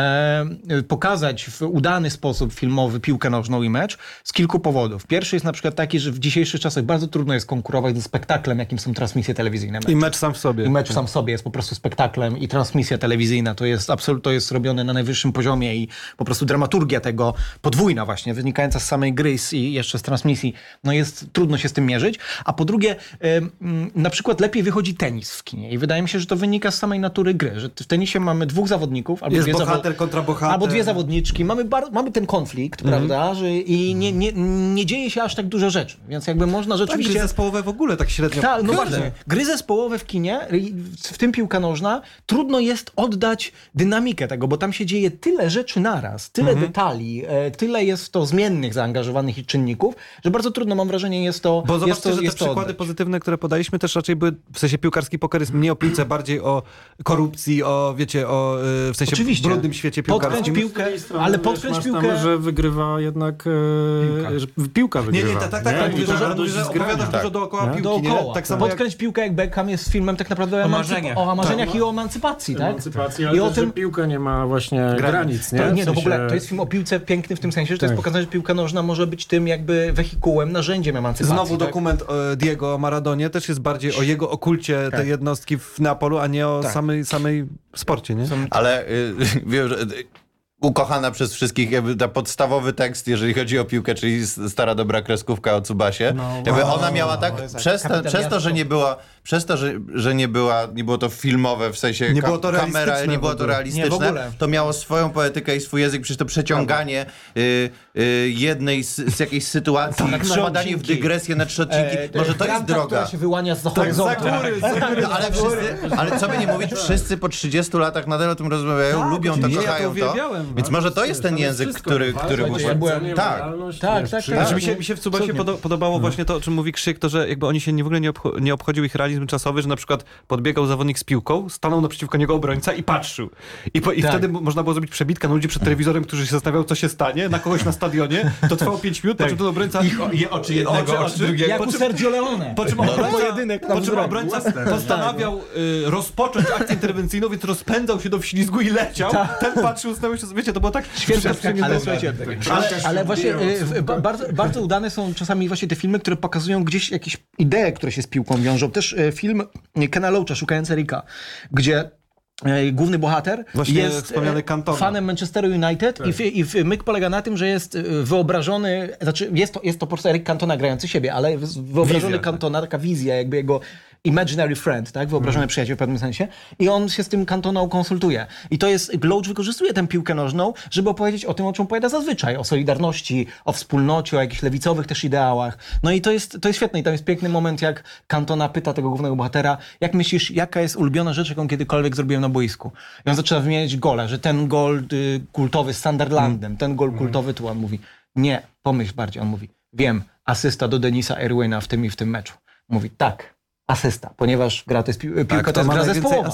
pokazać w udany sposób filmowy piłkę nożną i mecz z kilku powodów. Pierwszy jest na przykład taki, że w dzisiejszych czasach bardzo trudno jest konkurować ze spektaklem, jakim są transmisje telewizyjne. I mecz sam w sobie. I mecz sam w sobie jest po prostu spektaklem i transmisja telewizyjna to jest absolutnie, to jest robione na najwyższym poziomie i po prostu dramaturgia tego podwójna właśnie, wynikająca z samej gry i jeszcze z transmisji, no jest trudno się z tym mierzyć. A po drugie, na przykład lepiej wychodzi tenis w kinie i wydaje mi się, że to wynika z samej natury gry, że w tenisie mamy dwóch zawodników albo Jest dwie bohater kontra bohater. albo dwie zawodniczki. Mamy ten konflikt, prawda, że i nie dzieje się aż tak dużo rzeczy, więc jakby można Tak, rzeczywiście... gry zespołowe w ogóle tak średnio. Tak, no Kurde. właśnie. Gry zespołowe w kinie, w tym piłka nożna, trudno jest oddać dynamikę tego, bo tam się dzieje tyle rzeczy naraz, tyle detali, tyle jest w to zmiennych, zaangażowanych i czynników, że bardzo trudno, mam wrażenie, jest to Bo zobaczcie, że te jest to przykłady oddać. pozytywne, które podaliśmy, też raczej były, w sensie piłkarski poker jest mniej o piłce, bardziej o korupcji, o, wiecie, o w sensie Oczywiście. brudnym świecie Podkręć piłkarskim. piłkę, ale podkręć piłkę... że wygrywa jednak... Że piłka Nie, wygrywa. nie, tak, mówię, że opowiadasz dużo dookoła piłki, Dookoła. nie? Tak samo jak... Podkręć piłkę jak Beckham jest filmem tak naprawdę o marzeniach i o emancypacji, tak? Emancypacji, ale I o też, tym... że piłka nie ma właśnie granic, nie? To, nie, W no w sensie- ogóle to jest film o piłce piękny w tym sensie, że to jest Tak. pokazane, że piłka nożna może być tym jakby wehikułem, narzędziem emancypacji. Znowu tak? dokument Diego o Maradonie też jest bardziej o jego okulcie tej jednostki w Neapolu, a nie o samej sporcie, nie? Ale wiem, że ukochana przez wszystkich jakby ta podstawowy tekst, jeżeli chodzi o piłkę, czyli stara dobra kreskówka o Cubasie. Jakby ona miała tak, przez to, że nie była, że nie było to filmowe, w sensie Nie było to kamera, realistyczne nie było w to ogóle. Nie, w realistyczne, ogóle. to miało swoją poetykę i swój język, przecież to przeciąganie jednej z jakiejś sytuacji, wpadanie w dygresję na trzy odcinki, może to jest Bramka, droga. która się wyłania z horyzontu. No, ale co by nie mówić, wszyscy po 30 latach nadal o tym rozmawiają, lubią to, oczywiście. Ja to kochają to. uwielbiałem. Więc może to jest ten język, który był... Tak. Tak. Znaczy, mi się w Cubasie podobało właśnie to, o czym mówi Krzyk, to, że jakby oni się w ogóle nie obchodził ich realizm czasowy, że na przykład podbiegał zawodnik z piłką, stanął naprzeciwko niego obrońca i patrzył. I wtedy można było zrobić przebitkę na ludzi przed telewizorem, którzy się zastanawiają, co się stanie, na kogoś na stadionie. To trwało 5 minut, po czym ten obrońca... Oczy jednego, oczy drugiego. Jak u Sergio Leone. Po czym obrońca postanawiał rozpocząć akcję interwencyjną, więc rozpędzał się do wślizgu i leciał. Ten patrzył, zastanawiał się, wiecie, to było tak... Ale słuchajcie, ale właśnie bardzo udane są czasami właśnie te filmy, które pokazują gdzieś jakieś idee, które się z piłką wiążą. Też film Kena Loacha, Szukając Erika, gdzie główny bohater Właśnie jest wspomniany Cantona. fanem Manchesteru United i myk polega na tym, że jest wyobrażony, znaczy jest to po prostu Eric Cantona grający siebie, ale wyobrażony Cantona, taka wizja jakby jego imaginary friend, tak? Wyobrażony przyjaciel w pewnym sensie. I on się z tym Cantoną konsultuje. I to jest, Loach wykorzystuje tę piłkę nożną, żeby opowiedzieć o tym, o czym opowiada zazwyczaj. O solidarności, o wspólnocie, o jakichś lewicowych też ideałach. No i to jest świetne. I tam jest piękny moment, jak Cantona pyta tego głównego bohatera, jak myślisz, jaka jest ulubiona rzecz, jaką kiedykolwiek zrobiłem na boisku? I on zaczyna wymieniać gole, że ten gol kultowy z Sunderlandem, ten gol kultowy tu. On mówi, nie, pomyśl bardziej. On mówi, wiem, asysta do Denisa Irwina w tym i w tym meczu. Mówi, tak. Asysta, ponieważ gra to jest piłka to jest gra zespołowa.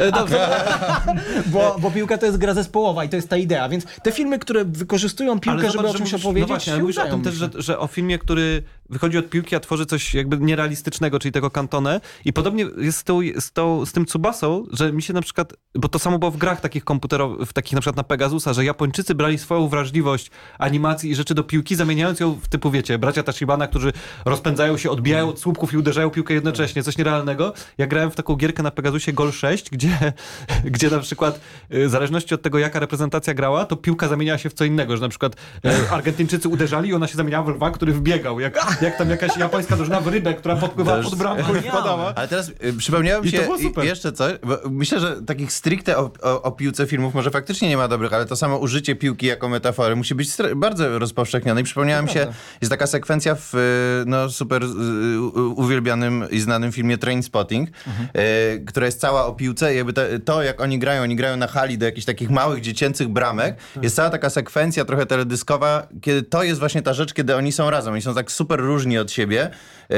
Bo piłka to jest gra zespołowa i to jest ta idea. Więc te filmy, które wykorzystują piłkę, żeby o czymś opowiedzieć, no właśnie, ale mówisz o tym też, że o filmie, który wychodzi od piłki, a tworzy coś jakby nierealistycznego, czyli tego Cantonę. I podobnie jest z tym Tsubasą, że mi się na przykład, bo to samo było w grach takich komputerowych, takich na przykład na Pegasusa, że Japończycy brali swoją wrażliwość animacji i rzeczy do piłki, zamieniając ją w typu, wiecie, bracia Tashibana, którzy rozpędzają się, odbijają od słupków i uderzają piłkę jednocześnie. Coś nierealnego. Ja grałem w taką gierkę na Pegasusie Gol 6, gdzie na przykład w zależności od tego, jaka reprezentacja grała, to piłka zamieniała się w co innego, że na przykład Argentyńczycy uderzali i ona się zamieniała w lwa, który wbiegał, jak jak tam jakaś japońska drużyna w rybę, która podpływała pod bramką i wpadała. Ale teraz przypomniałem I to się było super. jeszcze coś, bo myślę, że takich stricte o piłce filmów może faktycznie nie ma dobrych, ale to samo użycie piłki jako metafory musi być bardzo rozpowszechnione. I przypomniałem się, jest taka sekwencja w super uwielbianym i znanym filmie Trainspotting, która jest cała o piłce i jakby to jak oni grają na hali do jakichś takich małych, dziecięcych bramek, jest cała taka sekwencja trochę teledyskowa, kiedy to jest właśnie ta rzecz, kiedy oni są razem. Oni są tak super różni od siebie,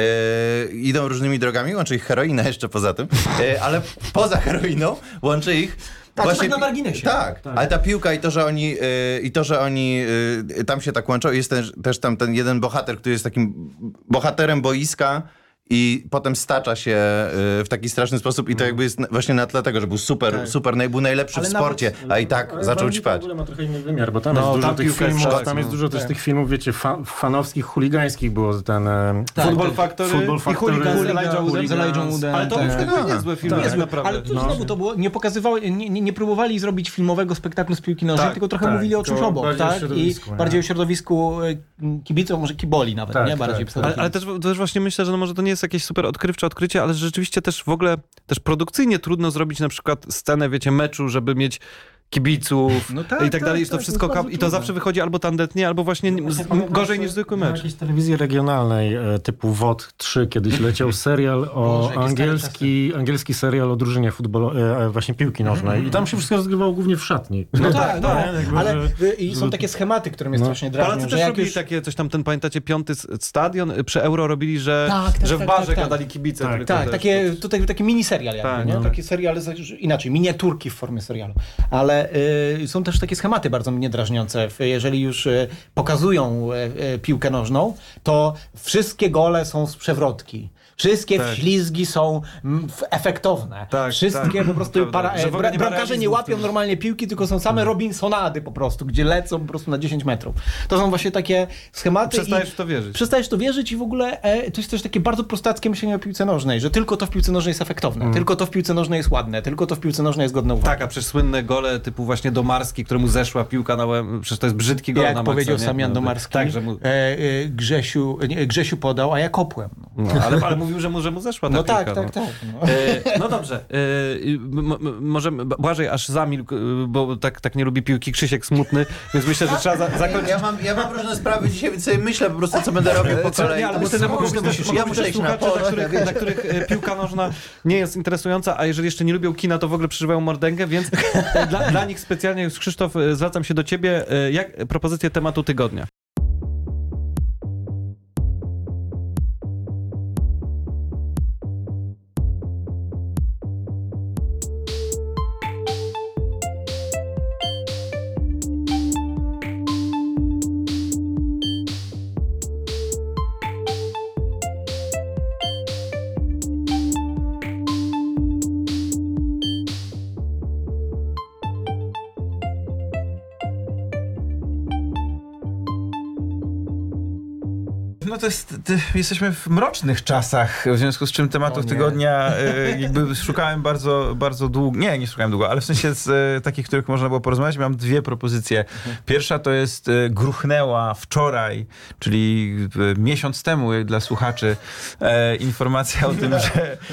idą różnymi drogami, łączy ich heroina jeszcze poza tym, ale poza heroiną łączy ich Tak, właśnie tak na marginesie. Tak, ale ta piłka i to, że oni tam się tak łączą, jest też tam ten jeden bohater, który jest takim bohaterem boiska i potem stacza się w taki straszny sposób i to jakby jest właśnie na tle tego, że był super, był najlepszy Ale w sporcie, a i tak zaczął ćpać. W ogóle ma trochę inny wymiar, bo tam No, jest dużo tam tych piłka jest filmów, szalona. tam jest dużo też tych filmów, wiecie, fanowskich, chuligańskich było ten Football Factory i Hooligan z Elijah Woodem. Ale to już były niezłe filmy, tak naprawdę. Ale tu znowu to było, nie pokazywały, nie próbowali zrobić filmowego spektaklu z piłki nożnej, tylko trochę mówili o czymś obok, bardziej o tak? I środowisku, bardziej o środowisku kibiców, może kiboli nawet, Tak, nie? Bardziej Ale też właśnie myślę, że może to nie jest jakieś super odkrywcze odkrycie, ale rzeczywiście też w ogóle też produkcyjnie trudno zrobić na przykład scenę, wiecie, meczu, żeby mieć kibiców i tak dalej. I to wszystko i to zawsze wychodzi albo tandetnie, albo właśnie gorzej niż zwykły Na mecz. jakiejś telewizji regionalnej typu WOT 3 kiedyś leciał serial o angielski serial o drużynie właśnie piłki nożnej i tam się wszystko rozgrywało głównie w szatni. No tak, jakby, ale i są takie schematy, które mnie strasznie drażnią, Polacy że też jak robili już... takie coś tam, pamiętacie, 5. stadion przy Euro robili, że w tak, barze tak. gadali kibice. Tak, tylko Tak, też. taki miniserial jakby, Tak, nie? no. Takie seriale, inaczej, miniaturki w formie serialu. Ale są też takie schematy bardzo mnie drażniące. Jeżeli już pokazują piłkę nożną, to wszystkie gole są z przewrotki. Wszystkie wślizgi są efektowne. Tak, Wszystkie po prostu prawda. Że w ogóle nie ma bramkarze nie realizmu w łapią tym. normalnie piłki, tylko są same Robinsonady po prostu, gdzie lecą po prostu na 10 metrów. To są właśnie takie schematy. Przestajesz w to wierzyć. Przestajesz to wierzyć i w ogóle to jest też takie bardzo prostackie myślenie o piłce nożnej, że tylko to w piłce nożnej jest efektowne, tylko to w piłce nożnej jest ładne, tylko to w piłce nożnej jest godne uwagi. Tak, a przecież słynne gole typu właśnie Domarski, któremu zeszła piłka na łeb, przecież to jest brzydki gol Jak na maksa, powiedział nie? sam Jan Domarski, Tak, że mu... Grzesiu podał, a ja kopłem. No, ale mówił, że mu zeszła ta No piłka. tak. No dobrze. Może Błażej aż zamilkł, bo tak nie lubi piłki, Krzysiek smutny, więc myślę, że trzeba zakończyć. Ja mam różne sprawy dzisiaj, więc sobie myślę po prostu, co będę robił po kolei. Nie, ale myślę, że mogą być też słuchacze, dla których piłka nożna nie jest interesująca, a jeżeli jeszcze nie lubią kina, to w ogóle przeżywają mordęgę, więc dla nich specjalnie, już Krzysztof, zwracam się do ciebie. Jak propozycję tematu tygodnia? No to jest, jesteśmy w mrocznych czasach, w związku z czym tematów tygodnia jakby szukałem bardzo, bardzo długo. Nie szukałem długo, ale w sensie z takich, których można było porozmawiać. Mam dwie propozycje. Pierwsza to jest gruchnęła wczoraj, czyli miesiąc temu dla słuchaczy, informacja o tym,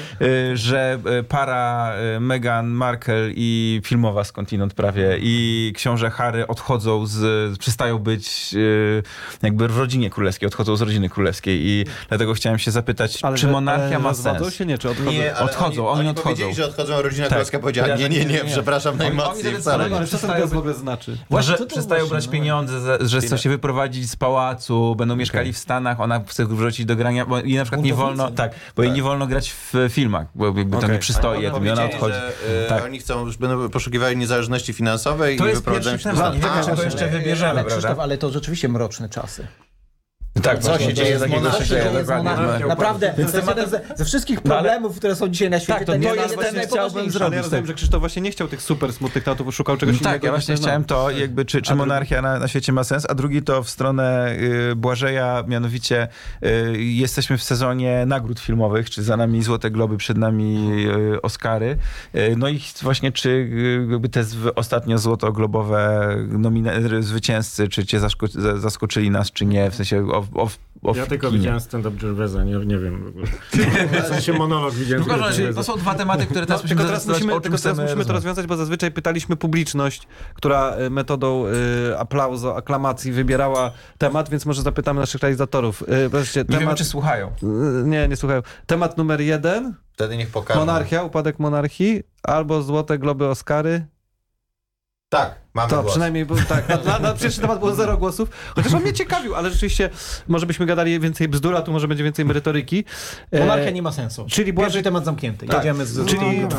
że para Meghan Markle i filmowa skądinąd prawie i książę Harry odchodzą przestają być jakby w rodzinie królewskiej, odchodzą z rodziny królewskiej i dlatego chciałem się zapytać, czy monarchia ma sens? Się nie, czy odchodzą? Nie, ale Odchodzą, oni odchodzą. powiedzieli, że odchodzą, a rodzina królewska powiedziała, nie, przepraszam najmocniej wcale. Ale co to teraz w ogóle znaczy? Że przestają brać pieniądze, że chcą się wyprowadzić z pałacu, będą mieszkali w Stanach, ona chce wrócić do grania, bo jej na przykład nie wolno, bo jej nie wolno grać w filmach, bo jakby to nie przystoi, i ona odchodzi. Że, oni będą poszukiwali niezależności finansowej To i jest wyprowadzenia pierwszy się temat. do Nie wiem, Stanów. czy to jeszcze wybierzemy, Ale prawda? Krzysztof, ale to rzeczywiście mroczne czasy. Tak, Co się dzieje z monarchią? Naprawdę, to jest jeden ze wszystkich problemów, które są dzisiaj na świecie. Tak, to jest właśnie ten chciałbym najpoważniejszy. zrobić. Ja rozumiem, że Krzysztof właśnie nie chciał tych super smutnych tematów, szukał czegoś innego. Tak, ja właśnie chciałem to, jakby czy monarchia na świecie ma sens, a drugi to w stronę Błażeja, mianowicie jesteśmy w sezonie nagród filmowych, czy za nami Złote Globy, przed nami Oscary. No i właśnie czy jakby te ostatnio złotoglobowe zwycięzcy, czy cię zaskoczyli nas, czy nie, w sensie Ja tylko kinie. widziałem stand-up Gervaisa, nie wiem w ogóle. W sensie monolog widziałem. No, tylko to Gervaisa. są dwa tematy, które teraz Tylko musimy teraz zdecydować, o czym teraz chcemy musimy to rozmawiać. rozwiązać, bo zazwyczaj pytaliśmy publiczność, która metodą aplauzu, aklamacji wybierała temat, więc może zapytamy naszych realizatorów. Wreszcie, Nie wiemy, czy słuchają. Nie słuchają. Temat numer 1, Wtedy niech pokażą. monarchia, upadek monarchii, albo Złote Globy, Oscary. Tak, mamy To głos. przynajmniej, tak, na pierwszy temat było 0 głosów, chociaż on mnie ciekawił, ale rzeczywiście może byśmy gadali więcej bzdur, a tu może będzie więcej merytoryki. Monarchia nie ma sensu. Czyli Pierwszy temat zamknięty. Tak. Jedziemy z... Czyli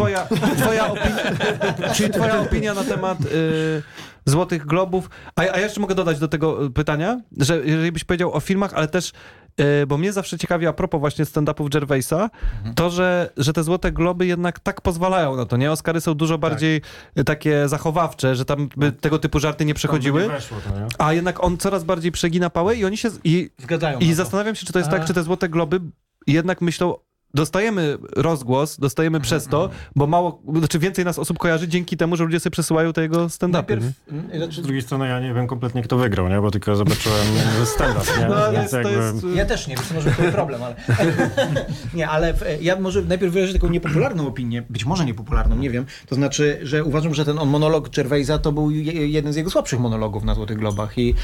twoja opinia na temat Złotych Globów. A ja jeszcze mogę dodać do tego pytania, że jeżeli byś powiedział o filmach, ale też, bo mnie zawsze ciekawi a propos właśnie stand-upów Gervaisa, to, że te Złote Globy jednak tak pozwalają na to, nie? Oscary są dużo bardziej takie zachowawcze, że tam by tego typu żarty nie przechodziły, Nie weszło to, nie? a jednak on coraz bardziej przegina pałę i oni się... Zgadzają I na to. zastanawiam się, czy to jest tak, czy te Złote Globy jednak myślą, dostajemy rozgłos, dostajemy przez to, bo więcej nas osób kojarzy dzięki temu, że ludzie sobie przesyłają te jego stand-upy. nie? Z drugiej strony ja nie wiem kompletnie kto wygrał, nie? Bo tylko zobaczyłem stand-up, nie? No, Więc to jest... Ja też nie, więc może to jest problem, ale... nie, ale ja może najpierw wyrażę taką niepopularną opinię, być może niepopularną, nie wiem. To znaczy, że uważam, że ten monolog Gervaisa to był jeden z jego słabszych monologów na Złotych Globach i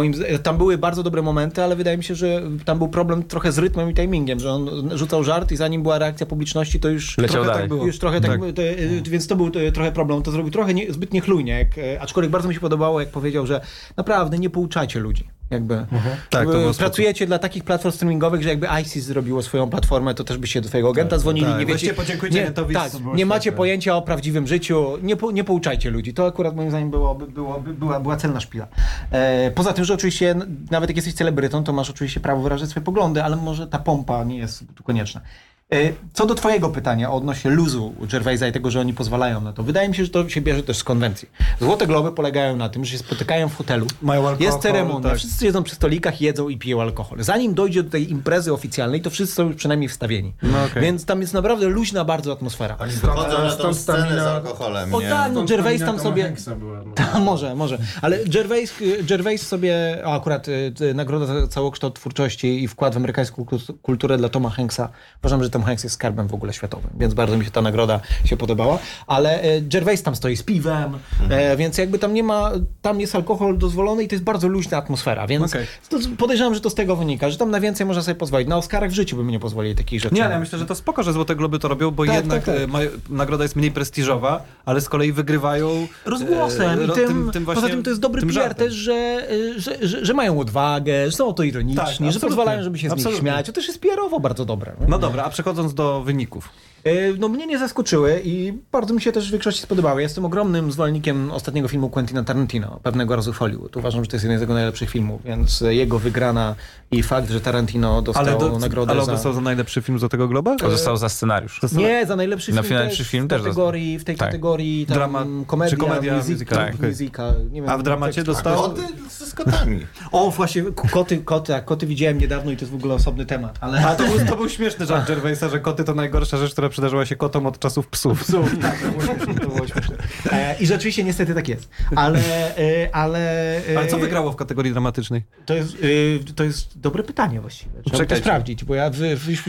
tam były bardzo dobre momenty, ale wydaje mi się, że tam był problem trochę z rytmem i timingiem, że on rzucał żart i zanim była reakcja publiczności, to już Leciał trochę dalej. tak było. Już trochę tak, więc to był trochę problem. To zrobił trochę zbyt niechlujnie, aczkolwiek bardzo mi się podobało, jak powiedział, że naprawdę nie pouczajcie ludzi. Jakby Tak, to było pracujecie dla takich platform streamingowych, że jakby ISIS zrobiło swoją platformę, to też byście do twojego agenta dzwonili, tak. nie wiecie. Właściwie podziękujcie agentowi, tak, to było nie macie świetne. pojęcia o prawdziwym życiu, nie pouczajcie ludzi. To akurat moim zdaniem była celna szpila. Poza tym, że oczywiście nawet jak jesteś celebrytą, to masz oczywiście prawo wyrażać swoje poglądy, ale może ta pompa nie jest tu konieczna. Co do twojego pytania odnośnie luzu Gervaisa i tego, że oni pozwalają na to, wydaje mi się, że to się bierze też z konwencji. Złote Globy polegają na tym, że się spotykają w hotelu, Mają alkohol, jest ceremonia, tak. wszyscy siedzą przy stolikach, jedzą i piją alkohol. Zanim dojdzie do tej imprezy oficjalnej, to wszyscy są już przynajmniej wstawieni. No, okej. Więc tam jest naprawdę luźna bardzo atmosfera. Oni wychodzą na tą Stąd scenę z stamina- alkoholem, O nie? tak, no Gervais tam sobie... Hanksa była, no. Ta, może. Ale Gervais sobie, akurat nagroda za całokształt twórczości i wkład w amerykańską kulturę dla Toma Hanksa. Uważam, że Tom Hanks jest skarbem w ogóle światowym, więc bardzo mi się ta nagroda się podobała. Ale Gervais tam stoi z piwem, więc jakby tam nie ma, tam jest alkohol dozwolony i to jest bardzo luźna atmosfera, więc Okej. podejrzewam, że to z tego wynika, że tam na więcej można sobie pozwolić. Na Oscarach w życiu by mi nie pozwolili takich rzeczy. Nie, ale ja myślę, że to spoko, że Złote Globy to robią, bo Tak, jednak tak. nagroda jest mniej prestiżowa, ale z kolei wygrywają rozgłosem i tym właśnie, poza tym to jest dobry tym PR żartem. też, że mają odwagę, że są autoironiczni, Tak, że absolutnie. pozwalają, żeby się z nich Absolutnie. śmiać. To też jest PR-owo bardzo dobre. No dobra, a przechodząc do wyników. No mnie nie zaskoczyły i bardzo mi się też w większości spodobały. Jestem ogromnym zwolennikiem ostatniego filmu Quentina Tarantino, Pewnego razu w Hollywood. Uważam, że to jest jeden z jego najlepszych filmów, więc jego wygrana i fakt, że Tarantino dostał nagrodę ale on za... dostał za najlepszy film Złotego Globa? To został za scenariusz. Nie, za najlepszy Na film najlepszy też film w też kategorii, w tej Tak. kategorii tam, Dramat, komedia, czy komedia, musical, musical, okej. musical, nie wiem, A w dramacie tekst- dostał? Koty z kotami. O, właśnie, koty widziałem niedawno i to jest w ogóle osobny temat, ale... A to był śmieszny żart Gervaisa, że koty to najgorsza rzecz, która przydarzyła się kotom od czasów psów. Tak, to było śmieszne. I rzeczywiście niestety tak jest. Ale Ale co wygrało w kategorii dramatycznej? to jest dobre pytanie właściwie. Trzeba by to Czekajcie. sprawdzić, bo ja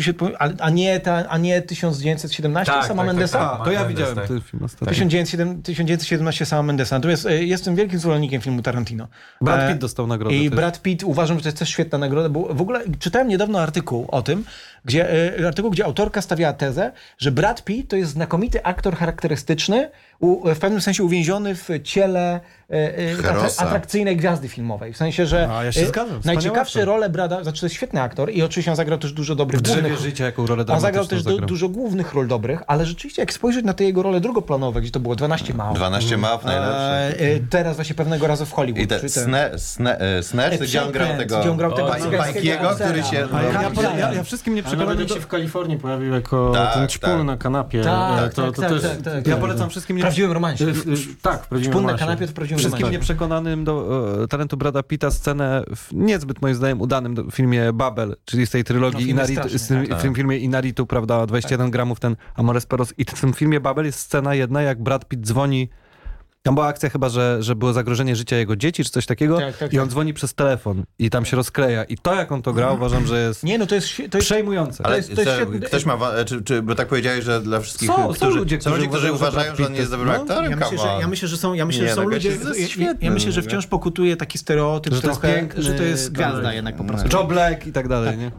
a nie 1917 sama Mendesa? tak. To ja Mendes, widziałem tak. ten film ostatnio. 1917 sama Mendesa. Natomiast jestem wielkim zwolennikiem filmu Tarantino. Brad Pitt dostał nagrodę I też. Brad Pitt uważam, że to jest też świetna nagroda, bo w ogóle czytałem niedawno artykuł o tym, gdzie autorka stawiała tezę, że Brad Pitt to jest znakomity aktor charakterystyczny, w pewnym sensie uwięziony w ciele Herosa. atrakcyjnej gwiazdy filmowej. W sensie, że A, ja się zgadzam, wspaniały najciekawsze aktor. role Brada, znaczy to jest świetny aktor i oczywiście on zagrał też dużo dobrych W Drzewie głównych życia, jaką rolę on dramatyczną zagrał też dużo głównych ról dobrych, ale rzeczywiście jak spojrzeć na te jego role drugoplanowe, gdzie to było 12 małp. 12 map najlepszy. Teraz właśnie Pewnego razu w Hollywood. I te czy ten- Snatch, gdzie on grał Przekręt, tego gdzie on grał tego Mikey'ego, który się... A ja wszystkim nie Ale nawet przekonany jak do... się w Kalifornii pojawił jako Tak, ten ćpun tak. na kanapie, Tak, to też... tak. Ja polecam wszystkim W nie... prawdziwym romansie. Tak, w prawdziwym Szpun na romansie. kanapie w prawdziwym Wszystkim romansie. nieprzekonanym do talentu Brada Pitta scenę w niezbyt moim zdaniem udanym filmie Babel, czyli z tej trylogii film jest Inaritu, straszny, w tym filmie Inaritu, prawda, 21 gramów ten Amores Perros i w tym filmie Babel jest scena jedna, jak Brad Pitt dzwoni Tam była akcja chyba, że było zagrożenie życia jego dzieci, czy coś takiego Tak, i on dzwoni przez telefon i tam się rozkleja. I to, jak on to grał, uważam, że jest Nie, no to jest przejmujące. Ale to jest świetne. ktoś ma, bo tak powiedziałeś, że dla wszystkich, Są ludzie, którzy uważają, że on nie jest dobrym aktorem. Ja myślę, że są Nie, ludzie. to jest świetne, Ja myślę, że wciąż pokutuje taki stereotyp, Że to jest trochę, piękny, że to jest gwiazda tak, jednak po prostu. Joe Black i tak dalej, nie?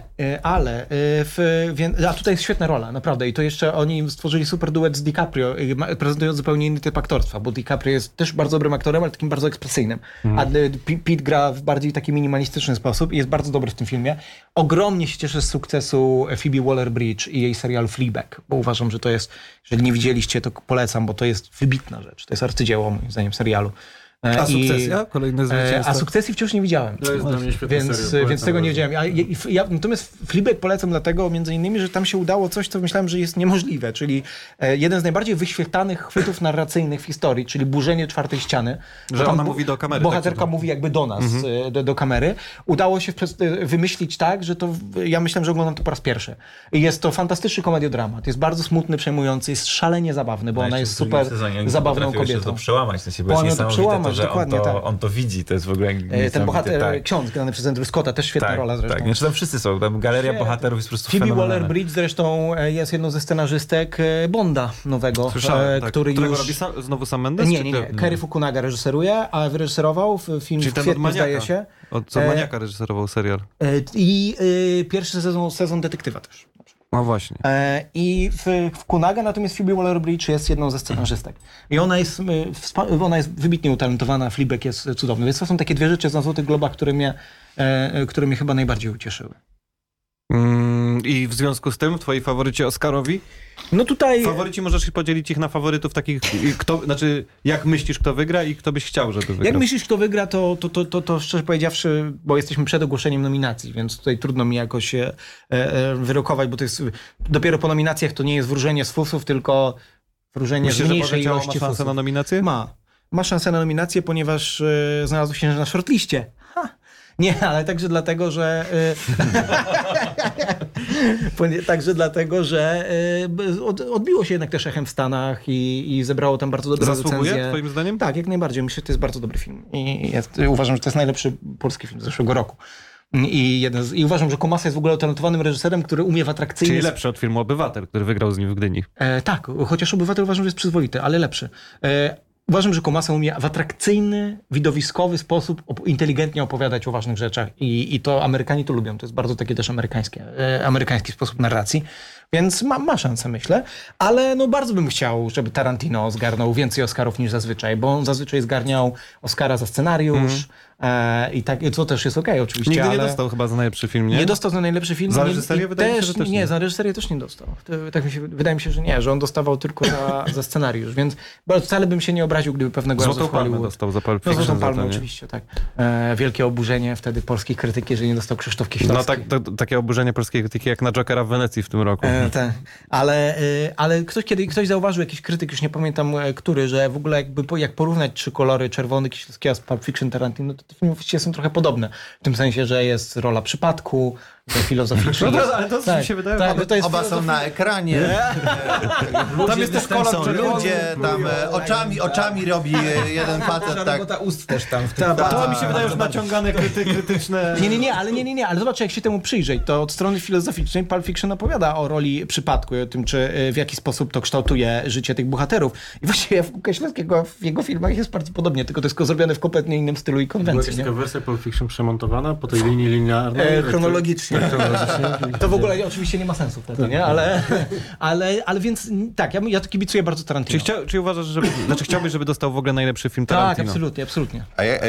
A tutaj jest świetna rola, naprawdę. I to jeszcze oni stworzyli super duet z DiCaprio, prezentując zupełnie inny typ aktorstwa, bo DiCaprio jest też bardzo dobrym aktorem, ale takim bardzo ekspresyjnym. A Pitt gra w bardziej taki minimalistyczny sposób i jest bardzo dobry w tym filmie. Ogromnie się cieszę z sukcesu Phoebe Waller-Bridge i jej serialu Fleabag, bo uważam, że to jest, jeżeli nie widzieliście, to polecam, bo to jest wybitna rzecz. To jest arcydzieło, moim zdaniem, serialu. A Sukcesja? Kolejne zwycięstwo. A Sukcesji wciąż nie widziałem. To jest dla mnie świetny serial, Więc tego nie wiedziałem. Natomiast Fleabag polecam dlatego między innymi, że tam się udało coś, co myślałem, że jest niemożliwe, czyli jeden z najbardziej wyświetlanych chwytów narracyjnych w historii, czyli burzenie czwartej ściany. Że ona mówi do kamery. Bohaterka mówi jakby do nas, do kamery. Udało się wymyślić tak, że to ja myślałem, że oglądam to po raz pierwszy. I jest to fantastyczny komediodramat. Jest bardzo smutny, przejmujący, jest szalenie zabawny, bo ona jest super zabawną kobietą. To przełamać na siebie, Bo jest ona to niesamowite przełamać, że dokładnie, tak. on to widzi, to jest w ogóle Ten bohater, tak. ksiądz grany przez Andrew Scotta, też świetna rola zresztą. Tak, znaczy tam wszyscy są, tam galeria bohaterów jest po prostu Phoebe fenomenalna. Waller-Bridge zresztą jest jedną ze scenarzystek Bonda nowego, Słyszałem, którego robi znowu Sam Mendes? Nie. Cary Fukunaga reżyseruje, a wyreżyserował film Czyli w ten kwietniu, od Maniaka. zdaje się. Od Maniaka reżyserował serial. I pierwszy sezon Detektywa też. No właśnie. I w Kunaga natomiast Phoebe Waller-Bridge jest jedną ze scenarzystek. I ona jest wybitnie utalentowana, Fleabag jest cudowny. Więc to są takie dwie rzeczy na Złotych Globach, które mnie chyba najbardziej ucieszyły. I w związku z tym twoi faworyci Oscarowi? No tutaj... Faworyci możesz podzielić ich na faworytów takich, znaczy jak myślisz, kto wygra i kto byś chciał, żeby wygrał? Jak myślisz, kto wygra, to szczerze powiedziawszy, bo jesteśmy przed ogłoszeniem nominacji, więc tutaj trudno mi jakoś wyrokować, bo to jest dopiero po nominacjach to nie jest wróżenie z fusów, tylko wróżenie z mniejszej ilości ma szansę fusów. na nominację? Ma szansę na nominację, ponieważ znalazł się na shortliście. Nie, ale także dlatego, że odbiło się jednak też echem w Stanach i zebrało tam bardzo dobre recenzje. Zasługuje, twoim zdaniem? Tak, jak najbardziej. Myślę, że to jest bardzo dobry film. I uważam, że to jest najlepszy polski film z zeszłego roku. I uważam, że Komasa jest w ogóle utalentowanym reżyserem, który umie w atrakcyjny... Czyli lepszy od filmu Obywatel, który wygrał z nim w Gdyni. Tak, chociaż Obywatel uważam, że jest przyzwoity, ale lepszy. Uważam, że Komasa umie w atrakcyjny, widowiskowy sposób inteligentnie opowiadać o ważnych rzeczach i to Amerykanie to lubią. To jest bardzo takie też amerykański sposób narracji. Więc ma szansę, myślę. Ale no bardzo bym chciał, żeby Tarantino zgarnął więcej Oscarów niż zazwyczaj, bo on zazwyczaj zgarniał Oscara za scenariusz i tak, co też jest okej, oczywiście. Nigdy ale... nie dostał chyba za najlepszy film, nie? Nie dostał za najlepszy film. Za reżyserię wydaje mi się, że też nie. Za reżyserię też nie dostał. Wydaje mi się, że nie, że on dostawał tylko za scenariusz, więc wcale bym się nie obraził, gdyby pewnego razu Złotą Palmę dostał za Pulp No Fiction. Złotą Palmę oczywiście, tak. Wielkie oburzenie wtedy polskiej krytyki, że nie dostał Krzysztof Kieślowski. No tak, takie oburzenie polskiej krytyki jak na Jokera w Wenecji w tym roku. Ale ktoś zauważył, jakiś krytyk, już nie pamiętam który, że w ogóle jak porównać trzy kolory, czerwony Kieślowskiego z Pulp Fiction Tarantino, to te filmy właściwie są trochę podobne. W tym sensie, że jest rola przypadku, filozoficzna. No ale to mi się wydaje. Tak, to jest Oba są na ekranie. Tam jest też kolor są czerwony. ludzie, tam oczami robi jeden facet. Tak. Robota ust też tam w tym. To mi się wydaje już naciągane krytyczne... Nie, ale zobacz, jak się temu przyjrzeć, to od strony filozoficznej Pulp Fiction opowiada o roli przypadku i o tym, czy w jaki sposób to kształtuje życie tych bohaterów. I właściwie w Kieślowskiego w jego filmach jest bardzo podobnie, tylko to jest zrobione w kompletnie innym stylu i Była konwencji. jakaś wersja Pulp Fiction przemontowana po tej linii linearnej? Chronologicznie. To w ogóle oczywiście nie ma sensu wtedy, nie? Ale więc tak, ja to kibicuję bardzo Tarantino. Czy uważasz, że... Znaczy chciałbyś, żeby dostał w ogóle najlepszy film Tak, Tarantino? absolutnie.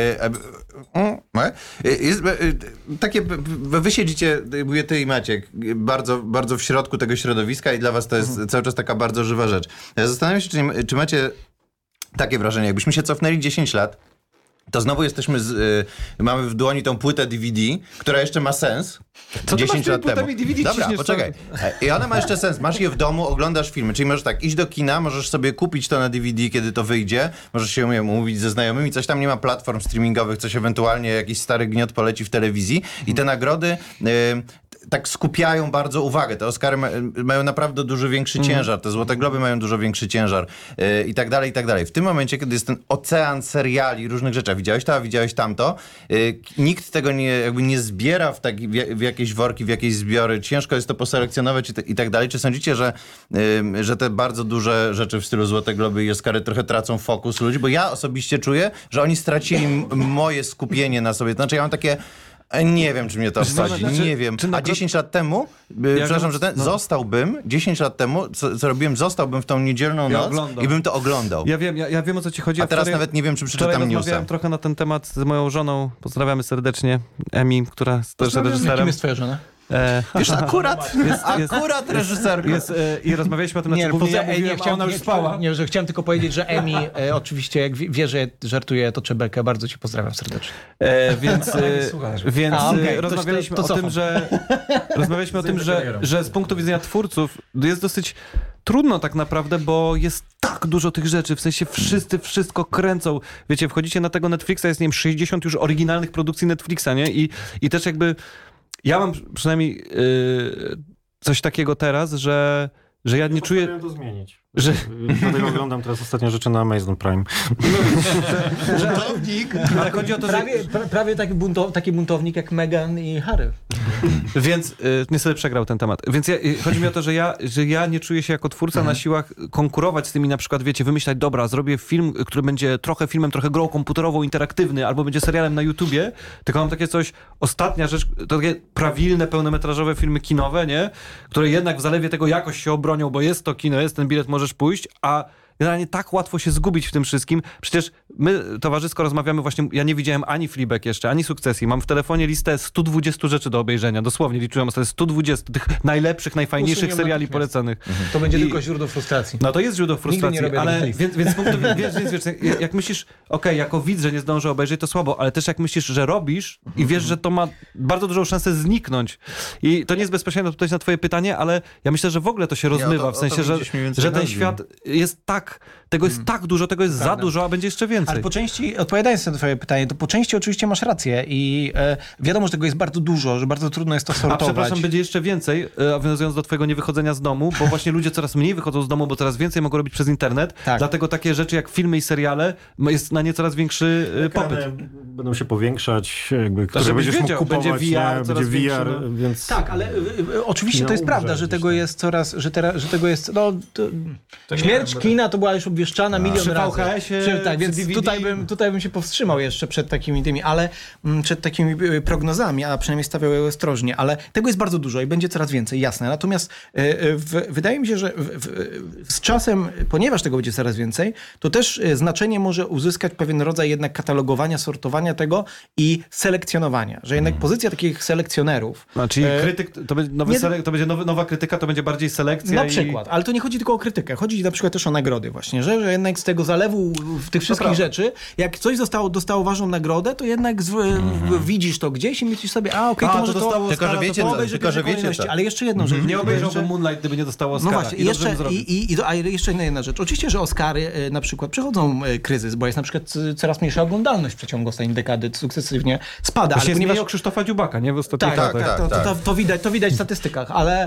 Takie, wy siedzicie, mówię ty i Maciek, bardzo, bardzo w środku tego środowiska i dla was to jest cały czas taka bardzo żywa rzecz. Ja zastanawiam się, czy macie takie wrażenie, jakbyśmy się cofnęli 10 lat, to znowu mamy w dłoni tą płytę DVD, która jeszcze ma sens. Co 10 lat temu. DVD Dobra, ciśniesz, poczekaj. I ona ma jeszcze sens. Masz je w domu, oglądasz filmy. Czyli możesz tak iść do kina, możesz sobie kupić to na DVD, kiedy to wyjdzie. Możesz się umówić ze znajomymi. Coś tam nie ma platform streamingowych, coś ewentualnie jakiś stary gniot poleci w telewizji. I te nagrody... tak skupiają bardzo uwagę. Te Oscary mają naprawdę dużo większy ciężar, te Złote Globy mają dużo większy ciężar i tak dalej, i tak dalej. W tym momencie, kiedy jest ten ocean seriali, różnych rzeczy, widziałeś to, a widziałeś tamto, nikt tego nie zbiera w jakieś worki, w jakieś zbiory. Ciężko jest to poselekcjonować i tak dalej. Czy sądzicie, że te bardzo duże rzeczy w stylu Złote Globy i Oscary trochę tracą fokus ludzi? Bo ja osobiście czuję, że oni stracili moje skupienie na sobie. Znaczy ja mam takie... Nie wiem, czy mnie to obchodzi, nie wiem. A 10 lat temu, przepraszam, że zostałbym, 10 lat temu, co robiłem, zostałbym w tą niedzielną noc i bym to oglądał. Ja wiem, o co ci chodzi. A teraz nawet nie wiem, czy przeczytam newsa. Rozmawiałem trochę na ten temat z moją żoną, pozdrawiamy serdecznie, Emi, która jest też reżyserem. Kim jest twoja żona? Wiesz, akurat reżyserka. I rozmawialiśmy o tym, Nie, ona już spała. Że chciałem tylko powiedzieć, że Emi oczywiście, jak wie, że żartuje, to Czebekę, bardzo cię pozdrawiam serdecznie. Rozmawialiśmy o tym, że z punktu widzenia twórców jest dosyć trudno tak naprawdę, bo jest tak dużo tych rzeczy, w sensie wszyscy wszystko kręcą. Wiecie, wchodzicie na tego Netflixa, jest nie wiem, 60 już oryginalnych produkcji Netflixa, nie? I też jakby ja mam przynajmniej coś takiego teraz, że ja nie czuję... to zmienić. Dlatego oglądam teraz ostatnie rzeczy na Amazon Prime. Buntownik. Ale chodzi o to, że... Prawie taki buntownik jak Meghan i Harry. Więc niestety przegrał ten temat. Więc chodzi mi o to, że ja nie czuję się jako twórca na siłach konkurować z tymi, na przykład, wiecie, wymyślać, dobra, zrobię film, który będzie trochę filmem, trochę grą komputerową, interaktywny, albo będzie serialem na YouTubie, tylko mam takie coś, ostatnia rzecz, to takie prawilne, pełnometrażowe filmy kinowe, nie? Które jednak w zalewie tego jakoś się obronią, bo jest to kino, jest ten bilet, możesz pójść, a generalnie tak łatwo się zgubić w tym wszystkim. Przecież my towarzysko rozmawiamy właśnie, ja nie widziałem ani Fleabag jeszcze, ani Sukcesji. Mam w telefonie listę 120 rzeczy do obejrzenia. Dosłownie liczyłem ostatnio 120 tych najlepszych, najfajniejszych seriali polecanych. To będzie tylko źródło frustracji. No to jest źródło frustracji, ale więc punktu, wiesz, jak myślisz, jako widz, że nie zdążę obejrzeć, to słabo, ale też jak myślisz, że robisz i wiesz, że to ma bardzo dużą szansę zniknąć. I to nie jest bezpośrednio odpowiedź na twoje pytanie, ale ja myślę, że w ogóle to się rozmywa, w sensie, że ten świat jest tego jest tak dużo, tego jest za dużo, a będzie jeszcze więcej. Ale po części, odpowiadając na twoje pytanie, to po części oczywiście masz rację i wiadomo, że tego jest bardzo dużo, że bardzo trudno jest to sortować. A przepraszam, będzie jeszcze więcej, nawiązując do twojego niewychodzenia z domu, bo właśnie ludzie coraz mniej wychodzą z domu, bo coraz więcej mogą robić przez internet, dlatego takie rzeczy jak filmy i seriale jest na nie coraz większy popyt. Będą się powiększać, jakby, które będziesz mógł kupować, będzie VR, będzie VR, więc... Tak, ale oczywiście to jest prawda, że tego jest coraz, że tego jest, śmierć kina to była już obwieszczana milion razy. Tak, więc tutaj bym się powstrzymał jeszcze przed takimi tymi, ale przed takimi prognozami, a przynajmniej stawiał je ostrożnie, ale tego jest bardzo dużo i będzie coraz więcej, jasne. Natomiast wydaje mi się, że z czasem, ponieważ tego będzie coraz więcej, to też znaczenie może uzyskać pewien rodzaj jednak katalogowania, sortowania tego i selekcjonowania, że jednak pozycja takich selekcjonerów... Czyli krytyk, to będzie nowa krytyka, to będzie bardziej selekcja. Na przykład, ale to nie chodzi tylko o krytykę, chodzi na przykład też o nagrody właśnie, że jednak z tego zalewu tych wszystkich rzeczy, jak coś dostało ważną nagrodę, to jednak widzisz to gdzieś i myślisz sobie, to może to... Tylko, że wiecie, ale jeszcze jedną rzecz. Nie obejrzałbym Moonlight, gdyby nie dostało Oscara. No właśnie, jeszcze jedna rzecz. Oczywiście, że Oscary na przykład przechodzą kryzys, bo jest na przykład coraz mniejsza oglądalność w przeciągu ostatniej dekady, sukcesywnie spada. Ale ponieważ o Krzysztofa Dziubaka, nie? W ostatnich latach. To widać w statystykach, ale...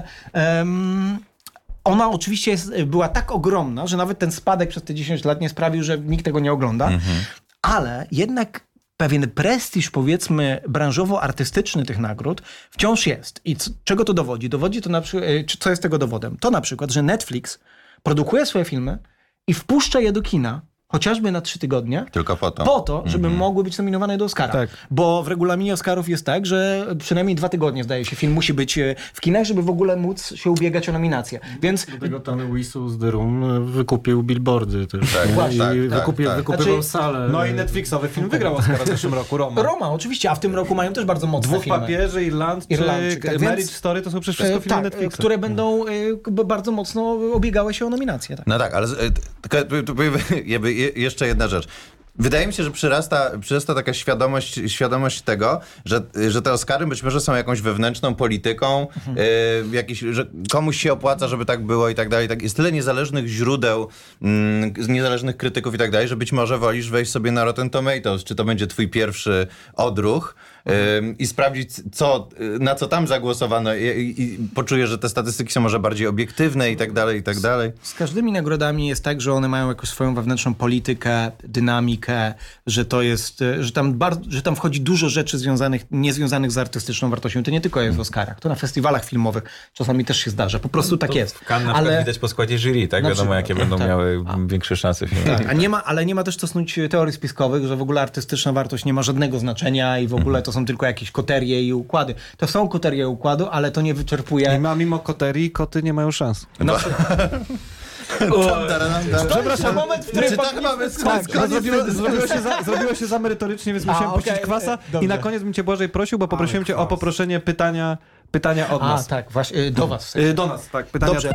Ona oczywiście była tak ogromna, że nawet ten spadek przez te 10 lat nie sprawił, że nikt tego nie ogląda, ale jednak pewien prestiż, powiedzmy, branżowo-artystyczny tych nagród wciąż jest. I czego to dowodzi? Dowodzi to na przykład, co jest tego dowodem? To na przykład, że Netflix produkuje swoje filmy i wpuszcza je do kina, chociażby na 3 tygodnie. Tylko po to. Żeby mogły być nominowane do Oscara. Tak. Bo w regulaminie Oscarów jest tak, że przynajmniej 2 tygodnie, zdaje się, film musi być w kinach, żeby w ogóle móc się ubiegać o nominację. Więc... Dlatego Tony Wiseau z The Room wykupił billboardy też. Wykupił salę. No i Netflixowy film wygrał Oscara w zeszłym roku, Roma, oczywiście, a w tym roku mają też bardzo mocne filmy. 2 papieże, Irlandczyk, Marriage Story, to są przecież wszystko filmy Netflixa. Które będą bardzo mocno obiegały się o nominacje. Tak. No tak, ale jeszcze jedna rzecz. Wydaje mi się, że przyrasta taka świadomość tego, że te Oscary być może są jakąś wewnętrzną polityką, że komuś się opłaca, żeby tak było i tak dalej. Jest tyle niezależnych źródeł, niezależnych krytyków i tak dalej, że być może wolisz wejść sobie na Rotten Tomatoes, czy to będzie twój pierwszy odruch, i sprawdzić, na co tam zagłosowano i poczuję, że te statystyki są może bardziej obiektywne i tak dalej, i tak dalej. Z każdymi nagrodami jest tak, że one mają jakąś swoją wewnętrzną politykę, dynamikę, że to jest, że tam wchodzi dużo rzeczy niezwiązanych z artystyczną wartością. To nie tylko jest w Oscarach, to na festiwalach filmowych czasami też się zdarza. Po prostu tak jest. W Cannes na przykład widać po składzie jury, tak? Wiadomo, jakie będą miały większe szanse filmowe. Tak, ale nie ma też co snuć teorii spiskowych, że w ogóle artystyczna wartość nie ma żadnego znaczenia i w ogóle to są tylko jakieś koterie i układy. To są koterie i układu, ale to nie wyczerpuje. Mimo koterii koty nie mają szans. Przepraszam, moment, w którym zrobiło się za merytorycznie, więc musiałem puścić kwasa i na koniec bym cię Błażej prosił, bo poprosiłem cię o poproszenie pytania od nas. Tak, właśnie, do was. Do nas, tak. Pytania. Dobrze.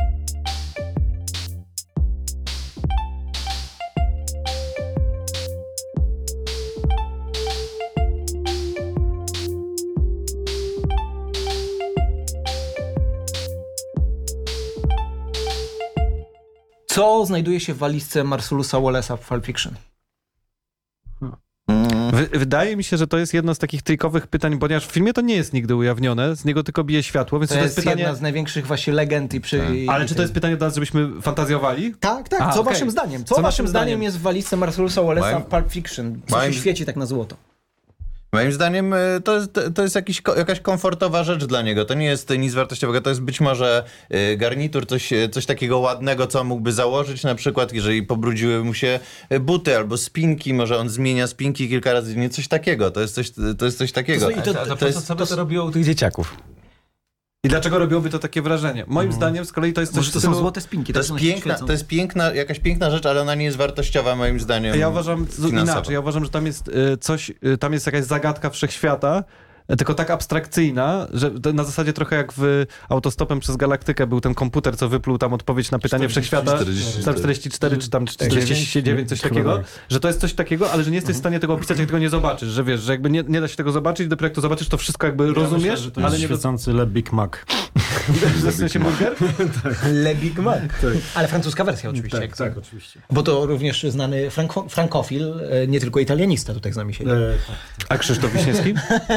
Co znajduje się w walizce Marsulusa Wallace'a w Pulp Fiction? Wydaje mi się, że to jest jedno z takich trikowych pytań, ponieważ w filmie to nie jest nigdy ujawnione, z niego tylko bije światło, więc To jest pytanie... jedna z największych właśnie legend Ale czy to jest pytanie do nas, żebyśmy fantazjowali? Tak. Co waszym zdaniem? Co waszym zdaniem jest w walizce Marsulusa Wallace'a w Pulp Fiction? Co się świeci tak na złoto? Moim zdaniem to jest jakaś komfortowa rzecz dla niego. To nie jest nic wartościowego. To jest być może garnitur, coś takiego ładnego, co mógłby założyć na przykład, jeżeli pobrudziły mu się buty albo spinki. Może on zmienia spinki kilka razy dziennie. Coś takiego. To jest coś takiego. Co by to robiło u tych dzieciaków? I dlaczego robiłoby to takie wrażenie? Moim zdaniem z kolei to jest coś... Może to są złote spinki. To jest jakaś piękna rzecz, ale ona nie jest wartościowa moim zdaniem. Ja uważam inaczej. Ja uważam, że tam jest tam jest jakaś zagadka wszechświata, tylko tak abstrakcyjna, że na zasadzie trochę jak w Autostopem przez Galaktykę był ten komputer, co wypluł tam odpowiedź na pytanie wszechświata. 44 czy tam 49, coś takiego. Że to jest coś takiego, ale że nie jesteś w stanie tego opisać, jak tego nie zobaczysz. Że wiesz, że jakby nie da się tego zobaczyć, dopiero jak to zobaczysz, to wszystko jakby rozumiesz, myślę, że to jest świecący Le Big Mac. W sensie burger? Le Big Mac. Ale francuska wersja oczywiście. Tak, oczywiście. Bo to również znany frankofil, nie tylko italianista tutaj z nami siedzi. A Krzysztof Wiśniewski?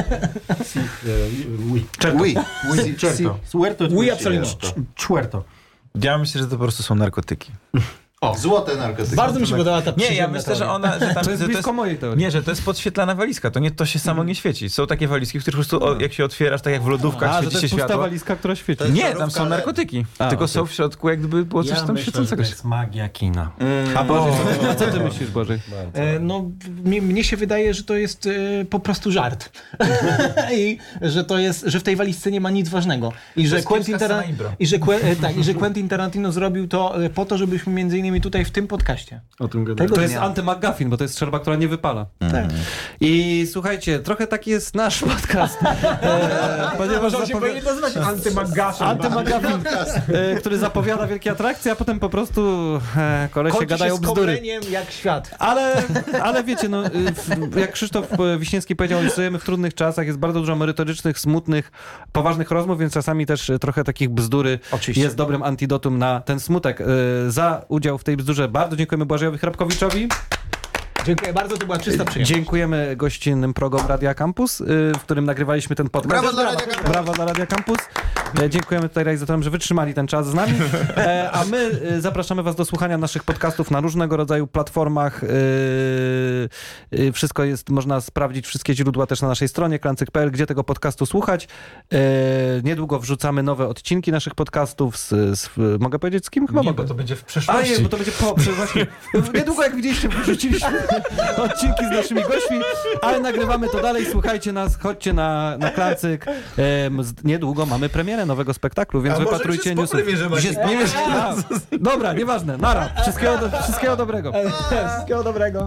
Oui, absolument. Czwarto. Ja myślę, że to po prostu są narkotyki. Złote narkotyki. Bardzo mi się podoba ta Nie, ja myślę, że ona... Że tam, To jest blisko mojej teorii. Nie, że to jest podświetlana walizka. To się samo nie świeci. Są takie walizki, w których po prostu jak się otwierasz, tak jak w lodówkach że świeci to się jest pusta światło. walizka, która świeci. Nie, tam są narkotyki. Tylko są w środku, jak gdyby było coś tam świecącego. To jest magia kina. A co ty myślisz, Bożej? No, mnie się wydaje, że to jest po prostu żart. I że w tej walizce nie ma nic ważnego. I że Quentin Tarantino zrobił to po to, żebyśmy między innymi tutaj w tym podcaście. O tym gadamy. To jest anty-McGuffin, bo to jest strzelba, która nie wypala. Tak. I słuchajcie, trochę taki jest nasz podcast. Ponieważ powinien nazywać anty-McGuffin, który zapowiada wielkie atrakcje, a potem po prostu kolesie gadają bzdury. Jak świat. Ale wiecie, no, jak Krzysztof Wiśniewski powiedział, żyjemy w trudnych czasach, jest bardzo dużo merytorycznych, smutnych, poważnych rozmów, więc czasami też trochę takich bzdury jest dobrym antidotum na ten smutek. Za udział w tej bzdurze bardzo dziękujemy Błażejowi Hrabkowiczowi. Dziękuję bardzo, to była czysta przyjemność. Dziękujemy gościnnym progom Radia Campus, w którym nagrywaliśmy ten podcast. Brawo dla Radia Campus. Dziękujemy tutaj realizatorom, że wytrzymali ten czas z nami. A my zapraszamy was do słuchania naszych podcastów na różnego rodzaju platformach. Wszystko jest, można sprawdzić, wszystkie źródła też na naszej stronie klancyk.pl, gdzie tego podcastu słuchać. Niedługo wrzucamy nowe odcinki naszych podcastów mogę powiedzieć z kim? Chyba mogę. Bo to będzie w przeszłości. Bo to będzie właśnie. Niedługo, jak widzieliście, wrzuciliśmy odcinki z naszymi gośćmi, ale nagrywamy to dalej. Słuchajcie nas, chodźcie na Klancyk. Niedługo mamy premierę nowego spektaklu, więc wypatrujcie newsów. Dobra, nieważne. Nara. Wszystkiego dobrego. Wszystkiego dobrego.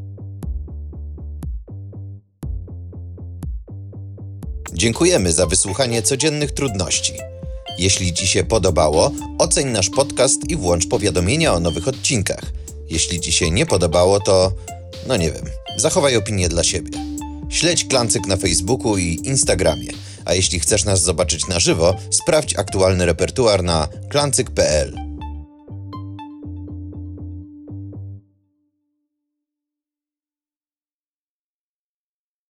Dziękujemy za wysłuchanie Codziennych Trudności. Jeśli Ci się podobało, oceń nasz podcast i włącz powiadomienia o nowych odcinkach. Jeśli Ci się nie podobało, to, no nie wiem, zachowaj opinię dla siebie. Śledź Klancyk na Facebooku i Instagramie, a jeśli chcesz nas zobaczyć na żywo, sprawdź aktualny repertuar na klancyk.pl.